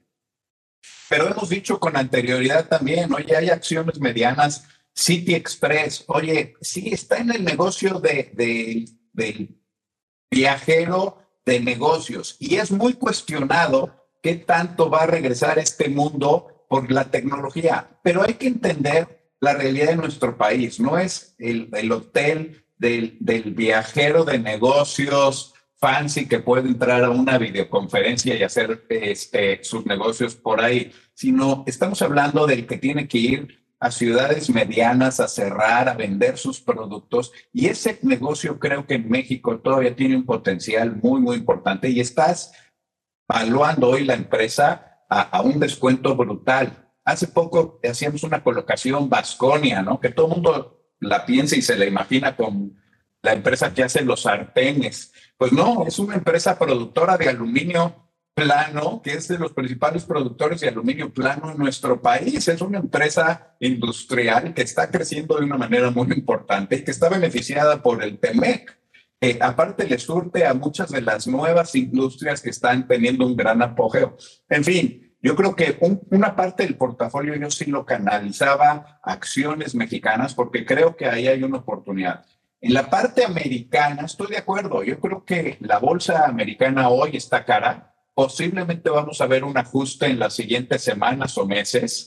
Pero hemos dicho con anterioridad también, oye, hay acciones medianas, City Express, oye, sí está en el negocio de, de, del viajero de negocios y es muy cuestionado qué tanto va a regresar este mundo por la tecnología, pero hay que entender la realidad de nuestro país. No es el, el hotel del, del viajero de negocios fancy que puede entrar a una videoconferencia y hacer este, sus negocios por ahí, sino estamos hablando del que tiene que ir a ciudades medianas a cerrar, a vender sus productos, y ese negocio creo que en México todavía tiene un potencial muy, muy importante y estás valuando hoy la empresa a, a un descuento brutal. Hace poco hacíamos una colocación Vasconia, ¿no? Que todo el mundo la piensa y se la imagina con la empresa que hace los sartenes. Pues no, es una empresa productora de aluminio plano, que es de los principales productores de aluminio plano en nuestro país. Es una empresa industrial que está creciendo de una manera muy importante y que está beneficiada por el Temec. Eh, aparte le surte a muchas de las nuevas industrias que están teniendo un gran apogeo. En fin, yo creo que un, una parte del portafolio yo sí lo canalizaba a acciones mexicanas porque creo que ahí hay una oportunidad. En la parte americana estoy de acuerdo. Yo creo que la bolsa americana hoy está cara. Posiblemente vamos a ver un ajuste en las siguientes semanas o meses.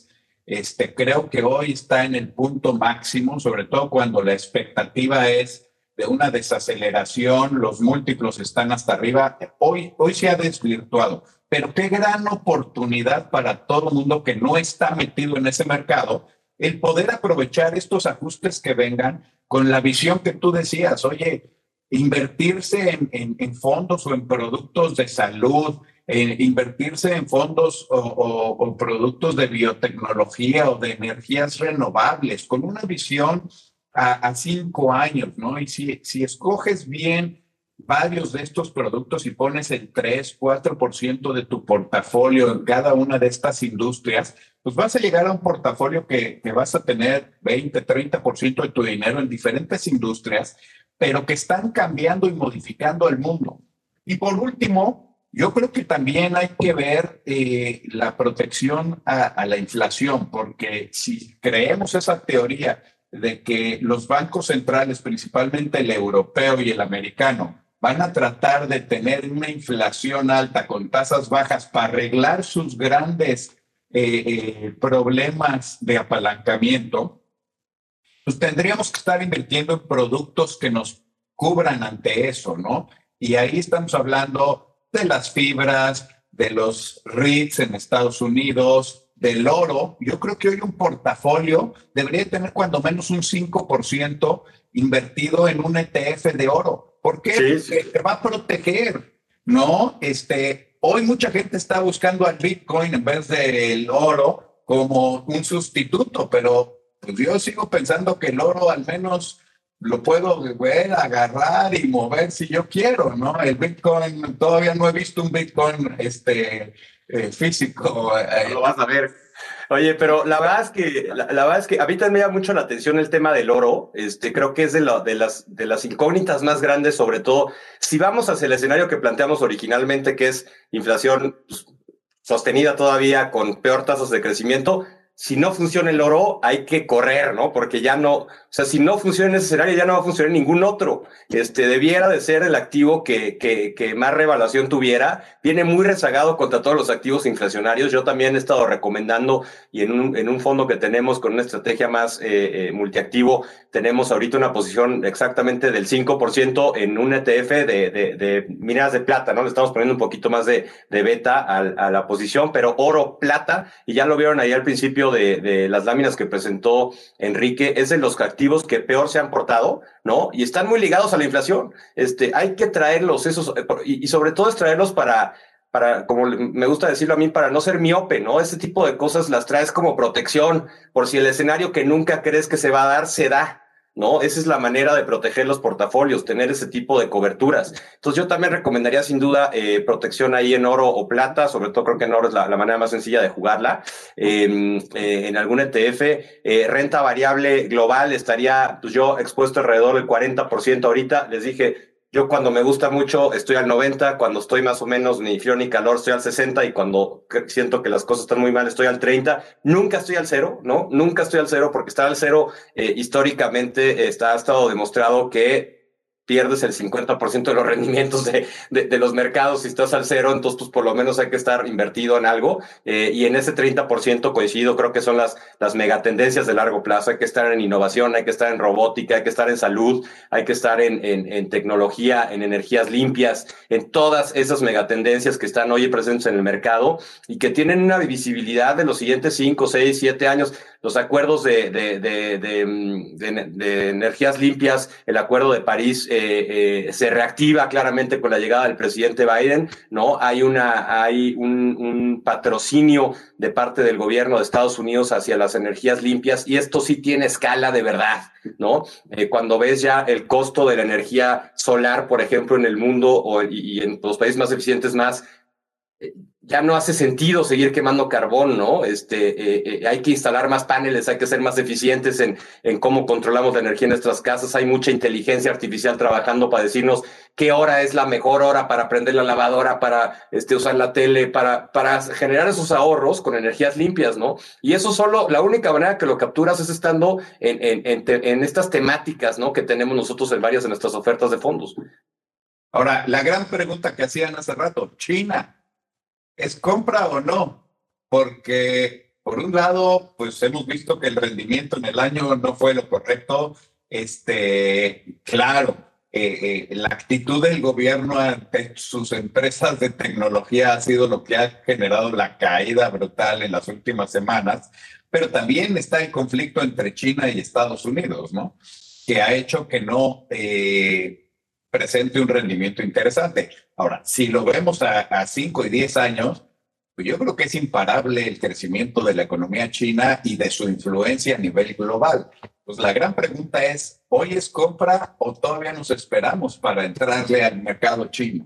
Este, creo que hoy está en el punto máximo, sobre todo cuando la expectativa es de una desaceleración, los múltiplos están hasta arriba. Hoy, hoy se ha desvirtuado, pero qué gran oportunidad para todo el mundo que no está metido en ese mercado, el poder aprovechar estos ajustes que vengan con la visión que tú decías. Oye, invertirse en, en, en fondos o en productos de salud, eh, invertirse en fondos o, o, o productos de biotecnología o de energías renovables, con una visión a, a cinco años, ¿no? Y si, si escoges bien varios de estos productos y pones el tres, cuatro por ciento de tu portafolio en cada una de estas industrias, pues vas a llegar a un portafolio que, que vas a tener veinte, treinta por ciento de tu dinero en diferentes industrias, pero que están cambiando y modificando el mundo. Y por último, yo creo que también hay que ver eh, la protección a, a la inflación, porque si creemos esa teoría de que los bancos centrales, principalmente el europeo y el americano, van a tratar de tener una inflación alta con tasas bajas para arreglar sus grandes eh, eh, problemas de apalancamiento, pues tendríamos que estar invirtiendo en productos que nos cubran ante eso, ¿no? Y ahí estamos hablando de las fibras, de los REITs en Estados Unidos, del oro. Yo creo que hoy un portafolio debería tener cuando menos un cinco por ciento invertido en un E T F de oro. ¿Por qué? Sí, Porque sí. te va a proteger, ¿no? Este, hoy mucha gente está buscando al Bitcoin en vez del oro como un sustituto, pero pues yo sigo pensando que el oro al menos lo puedo ver, agarrar y mover si yo quiero, ¿no? El Bitcoin, todavía no he visto un Bitcoin este, eh, físico. Eh. No lo vas a ver. Oye, pero la verdad es que la, la verdad es que a mí también me llama mucho la atención el tema del oro. Este, creo que es de, la, de las de las incógnitas más grandes, sobre todo si vamos hacia el escenario que planteamos originalmente, que es inflación pues, sostenida todavía con peor tasas de crecimiento. Si no funciona el oro, hay que correr, ¿no? Porque ya no, o sea, si no funciona en ese escenario, ya no va a funcionar ningún otro. Este, debiera de ser el activo que, que, que más revaluación tuviera. Viene muy rezagado contra todos los activos inflacionarios. Yo también he estado recomendando, y en un, en un fondo que tenemos con una estrategia más eh, eh, multiactivo, tenemos ahorita una posición exactamente del cinco por ciento en un E T F de, de, de mineras de plata, ¿no? Le estamos poniendo un poquito más de, de beta a, a la posición, pero oro, plata, y ya lo vieron ahí al principio de, de las láminas que presentó Enrique, es de los activos que peor se han portado, ¿no? Y están muy ligados a la inflación. Este, hay que traerlos esos, y, y sobre todo es traerlos para, para, como me gusta decirlo a mí, para no ser miope, ¿no? Ese tipo de cosas las traes como protección, por si el escenario que nunca crees que se va a dar, se da, ¿no? Esa es la manera de proteger los portafolios, tener ese tipo de coberturas. Entonces yo también recomendaría sin duda eh, protección ahí en oro o plata, sobre todo creo que en oro es la, la manera más sencilla de jugarla. Eh, eh, en algún E T F, eh, renta variable global estaría pues yo expuesto alrededor del cuarenta por ciento ahorita. Les dije, yo cuando me gusta mucho estoy al noventa, cuando estoy más o menos ni frío ni calor estoy al sesenta y cuando siento que las cosas están muy mal estoy al treinta. Nunca estoy al cero, ¿no? Nunca estoy al cero porque estar al cero eh, históricamente está, ha estado demostrado que pierdes el cincuenta por ciento de los rendimientos de, de, de los mercados si estás al cero, entonces pues por lo menos hay que estar invertido en algo eh, y en ese treinta por ciento coincido, creo que son las, las megatendencias de largo plazo. Hay que estar en innovación, hay que estar en robótica, hay que estar en salud, hay que estar en, en, en tecnología, en energías limpias, en todas esas megatendencias que están hoy presentes en el mercado y que tienen una visibilidad de los siguientes cinco, seis, siete años. Los acuerdos de, de, de, de, de, de energías limpias, el acuerdo de París eh, eh, se reactiva claramente con la llegada del presidente Biden, ¿no? Hay, una, hay un, un patrocinio de parte del gobierno de Estados Unidos hacia las energías limpias y esto sí tiene escala de verdad, ¿no? Eh, cuando ves ya el costo de la energía solar, por ejemplo, en el mundo o, y, y en los países más eficientes más, ya no hace sentido seguir quemando carbón, ¿no? Este, eh, eh, hay que instalar más paneles, hay que ser más eficientes en, en cómo controlamos la energía en nuestras casas. Hay mucha inteligencia artificial trabajando para decirnos qué hora es la mejor hora para prender la lavadora, para este, usar la tele, para, para generar esos ahorros con energías limpias, ¿no? Y eso solo, la única manera que lo capturas es estando en, en, en, te, en estas temáticas, ¿no? Que tenemos nosotros en varias de nuestras ofertas de fondos. Ahora, la gran pregunta que hacían hace rato, China, ¿es compra o no? Porque por un lado, pues hemos visto que el rendimiento en el año no fue lo correcto. Este, claro, eh, eh, la actitud del gobierno ante sus empresas de tecnología ha sido lo que ha generado la caída brutal en las últimas semanas, pero también está el conflicto entre China y Estados Unidos, ¿no? Que ha hecho que no eh, presente un rendimiento interesante. Ahora, si lo vemos a cinco y diez años, pues yo creo que es imparable el crecimiento de la economía china y de su influencia a nivel global. Pues la gran pregunta es, ¿hoy es compra o todavía nos esperamos para entrarle al mercado chino?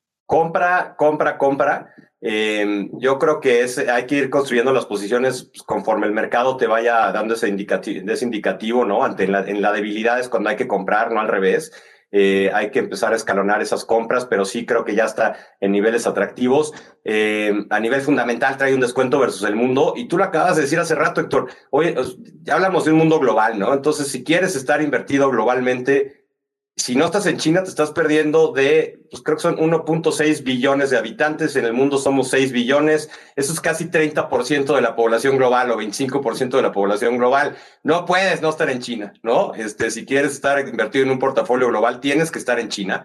Compra, compra, compra. Eh, yo creo que es, hay que ir construyendo las posiciones pues, conforme el mercado te vaya dando ese indicativo, ese indicativo, ¿no? Ante la, en la debilidad es cuando hay que comprar, no al revés. Eh, hay que empezar a escalonar esas compras, pero sí creo que ya está en niveles atractivos. Eh, a nivel fundamental trae un descuento versus el mundo, y tú lo acabas de decir hace rato, Héctor. Oye, ya hablamos de un mundo global, ¿no? Entonces, si quieres estar invertido globalmente, si no estás en China, te estás perdiendo de, pues creo que son uno punto seis billones de habitantes, en el mundo somos seis billones, eso es casi treinta por ciento de la población global o veinticinco por ciento de la población global. No puedes no estar en China, ¿no? Este, si quieres estar invertido en un portafolio global, tienes que estar en China.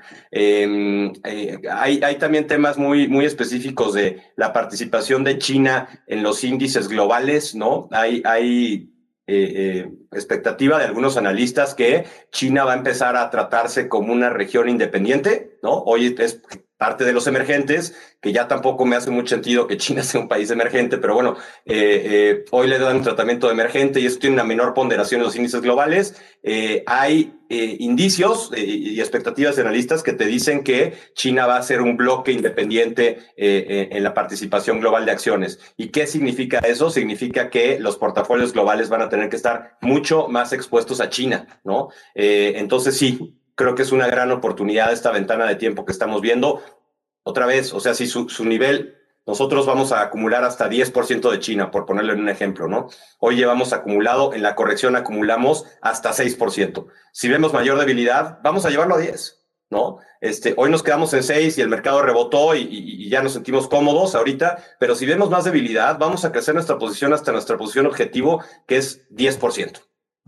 Eh, eh, hay, hay también temas muy, muy específicos de la participación de China en los índices globales, ¿no? Hay, hay Eh, eh, expectativa de algunos analistas que China va a empezar a tratarse como una región independiente, ¿no? Hoy es parte de los emergentes, que ya tampoco me hace mucho sentido que China sea un país emergente, pero bueno, eh, eh, hoy le dan un tratamiento de emergente y eso tiene una menor ponderación en los índices globales. Eh, hay eh, indicios eh, y expectativas de analistas que te dicen que China va a ser un bloque independiente eh, eh, en la participación global de acciones. ¿Y qué significa eso? Significa que los portafolios globales van a tener que estar mucho más expuestos a China, ¿no? Eh, entonces sí, creo que es una gran oportunidad esta ventana de tiempo que estamos viendo. Otra vez, o sea, si su, su nivel, nosotros vamos a acumular hasta diez por ciento de China, por ponerle un ejemplo, ¿no? Hoy llevamos acumulado, en la corrección acumulamos hasta seis por ciento. Si vemos mayor debilidad, vamos a llevarlo a diez, ¿no? Este, hoy nos quedamos en seis y el mercado rebotó y, y, y ya nos sentimos cómodos ahorita, pero si vemos más debilidad, vamos a crecer nuestra posición hasta nuestra posición objetivo, que es diez por ciento.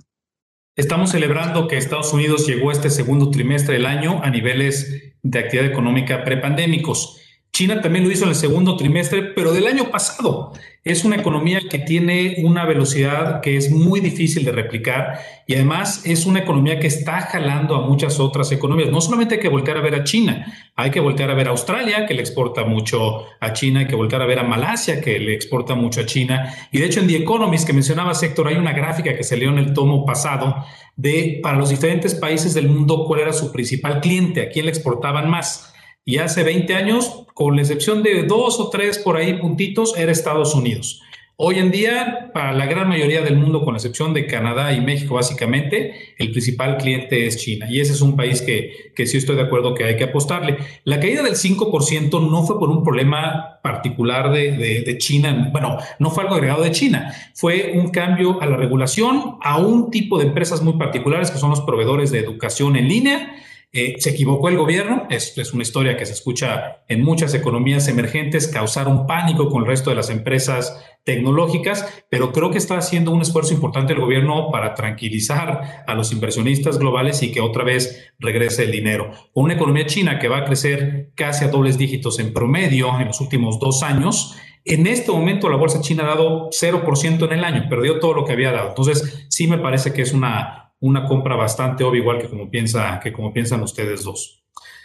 Estamos celebrando que Estados Unidos llegó este segundo trimestre del año a niveles de actividad económica prepandémicos. China también lo hizo en el segundo trimestre, pero del año pasado. Es una economía que tiene una velocidad que es muy difícil de replicar y además es una economía que está jalando a muchas otras economías. No solamente hay que voltear a ver a China, hay que voltear a ver a Australia, que le exporta mucho a China, hay que voltear a ver a Malasia, que le exporta mucho a China. Y de hecho en The Economist, que mencionaba Héctor, hay una gráfica que salió en el tomo pasado de para los diferentes países del mundo cuál era su principal cliente, a quién le exportaban más. Y hace veinte años, con la excepción de dos o tres por ahí puntitos, era Estados Unidos. Hoy en día, para la gran mayoría del mundo, con la excepción de Canadá y México, básicamente, el principal cliente es China. Y ese es un país que, que sí estoy de acuerdo que hay que apostarle. La caída del cinco por ciento no fue por un problema particular de, de, de China. Bueno, no fue algo agregado de China. Fue un cambio a la regulación, a un tipo de empresas muy particulares, que son los proveedores de educación en línea. Eh, se equivocó el gobierno, es, es una historia que se escucha en muchas economías emergentes, causaron pánico con el resto de las empresas tecnológicas, pero creo que está haciendo un esfuerzo importante el gobierno para tranquilizar a los inversionistas globales y que otra vez regrese el dinero. Con una economía china que va a crecer casi a dobles dígitos en promedio en los últimos dos años, en este momento la bolsa china ha dado cero por ciento en el año, perdió todo lo que había dado. Entonces sí me parece que es una una compra bastante obvia, igual que como, piensa, que como piensan ustedes dos.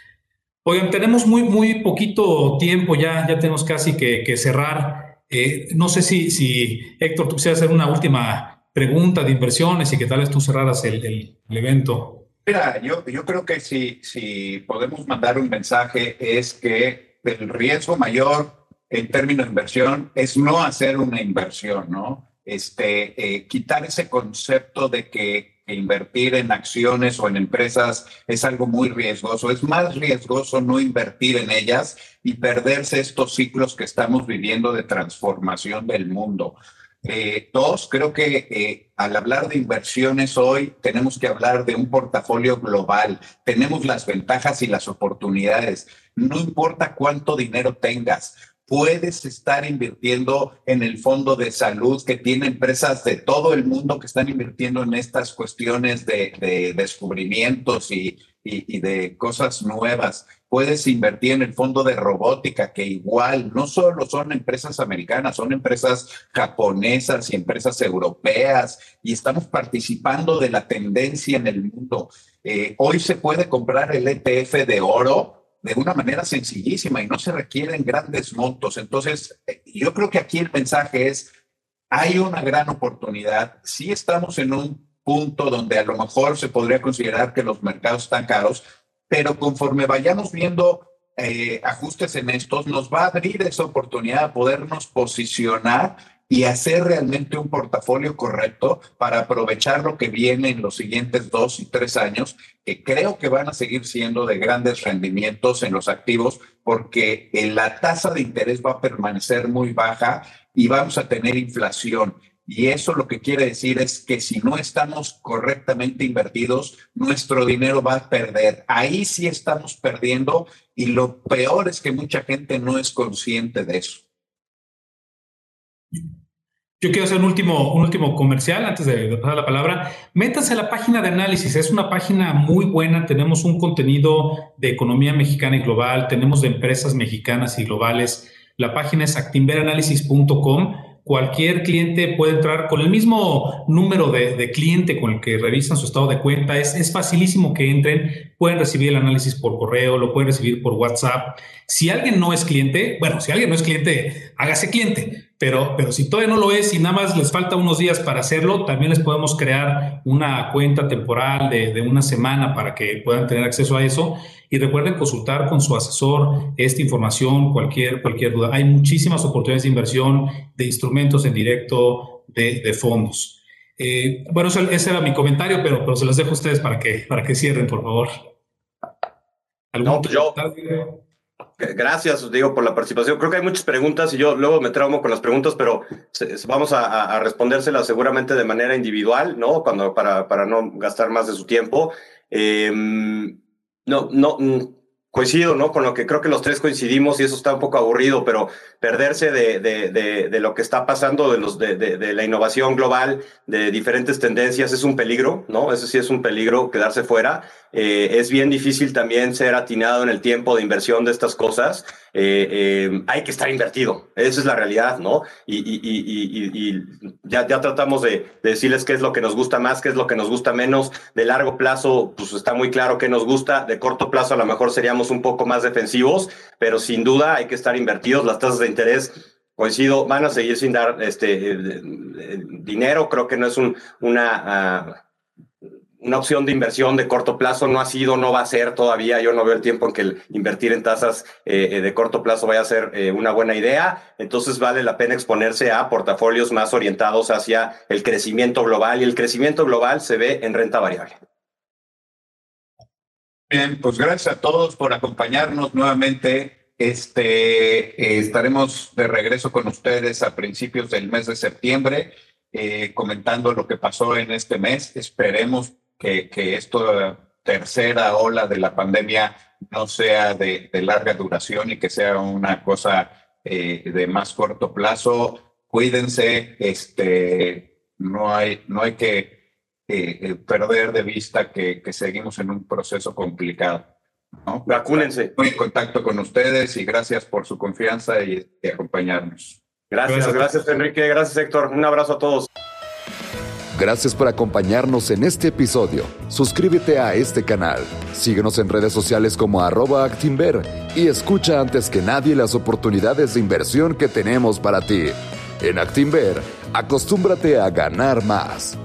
Oigan, tenemos muy, muy poquito tiempo, ya, ya tenemos casi que, que cerrar. Eh, no sé si, si, Héctor, tú quisieras hacer una última pregunta de inversiones y que tal vez tú cerraras el, el, el evento. Mira, yo, yo creo que si, si podemos mandar un mensaje es que el riesgo mayor en términos de inversión es no hacer una inversión, ¿no? Este, eh, quitar ese concepto de que invertir en acciones o en empresas es algo muy riesgoso. Es más riesgoso no invertir en ellas y perderse estos ciclos que estamos viviendo de transformación del mundo. Eh, dos, creo que eh, al hablar de inversiones hoy tenemos que hablar de un portafolio global. Tenemos las ventajas y las oportunidades. No importa cuánto dinero tengas. puedes estar invirtiendo en el fondo de salud, que tiene empresas de todo el mundo que están invirtiendo en estas cuestiones de, de descubrimientos y, y, y de cosas nuevas. Puedes invertir en el fondo de robótica, que igual no solo son empresas americanas, son empresas japonesas y empresas europeas, y estamos participando de la tendencia en el mundo. Eh, hoy se puede comprar el E T F de oro de una manera sencillísima y no se requieren grandes montos. Entonces, yo creo que aquí el mensaje es, hay una gran oportunidad. Sí estamos en un punto donde a lo mejor se podría considerar que los mercados están caros, pero conforme vayamos viendo eh, ajustes en estos, nos va a abrir esa oportunidad de podernos posicionar y hacer realmente un portafolio correcto para aprovechar lo que viene en los siguientes dos y tres años, que creo que van a seguir siendo de grandes rendimientos en los activos, porque la tasa de interés va a permanecer muy baja y vamos a tener inflación. Y eso lo que quiere decir es que si no estamos correctamente invertidos, nuestro dinero va a perder. Ahí sí estamos perdiendo, y lo peor es que mucha gente no es consciente de eso. Yo quiero hacer un último, un último comercial antes de, de pasar la palabra. Métanse a la página de análisis, es una página muy buena. Tenemos un contenido de economía mexicana y global, tenemos de empresas mexicanas y globales. La página es actinver análisis punto com. Cualquier cliente puede entrar con el mismo número de, de cliente con el que revisan su estado de cuenta. Es, es facilísimo que entren. Pueden recibir el análisis por correo, lo pueden recibir por WhatsApp. Si alguien no es cliente, bueno, si alguien no es cliente, hágase cliente. Pero, pero si todavía no lo es y nada más les falta unos días para hacerlo, también les podemos crear una cuenta temporal de, de una semana para que puedan tener acceso a eso. Y recuerden consultar con su asesor esta información, cualquier, cualquier duda. Hay muchísimas oportunidades de inversión, de instrumentos en directo, de, de fondos. Eh, bueno, ese era mi comentario, pero, pero se los dejo a ustedes para que, para que cierren, por favor. No, pues yo, gracias, digo, por la participación. Creo que hay muchas preguntas y yo luego me traumo con las preguntas, pero vamos a, a respondérselas seguramente de manera individual, ¿no? Cuando, para, para no gastar más de su tiempo. Eh, no, no, coincido, ¿no? Con lo que creo que los tres coincidimos, y eso está un poco aburrido, pero perderse de, de, de, de lo que está pasando, de, los, de, de, de la innovación global, de diferentes tendencias, es un peligro, ¿no? Eso sí es un peligro, quedarse fuera. Eh, es bien difícil también ser atinado en el tiempo de inversión de estas cosas. Eh, eh, hay que estar invertido, esa es la realidad, ¿no? Y, y, y, y, y ya, ya tratamos de, de decirles qué es lo que nos gusta más, qué es lo que nos gusta menos. De largo plazo, pues está muy claro qué nos gusta. De corto plazo, a lo mejor seríamos un poco más defensivos, pero sin duda hay que estar invertidos. Las tasas de interés, coincido, van a seguir sin dar este eh, eh, dinero. Creo que no es un, una... Uh, una opción de inversión de corto plazo, no ha sido, no va a ser todavía. Yo no veo el tiempo en que el invertir en tasas eh, de corto plazo vaya a ser eh, una buena idea. Entonces vale la pena exponerse a portafolios más orientados hacia el crecimiento global, y el crecimiento global se ve en renta variable. Bien, pues gracias a todos por acompañarnos nuevamente. Este, eh, estaremos de regreso con ustedes a principios del mes de septiembre, eh, comentando lo que pasó en este mes. Esperemos que, que esta tercera ola de la pandemia no sea de, de larga duración y que sea una cosa eh, de más corto plazo. Cuídense, este, no hay, no hay que eh, perder de vista que, que seguimos en un proceso complicado, ¿no? Vacúnense. Estoy en contacto con ustedes y gracias por su confianza y, y acompañarnos. Gracias, gracias Enrique, gracias Héctor. Un abrazo a todos. Gracias por acompañarnos en este episodio. Suscríbete a este canal, síguenos en redes sociales como arroba Actinver y escucha antes que nadie las oportunidades de inversión que tenemos para ti. En Actinver, acostúmbrate a ganar más.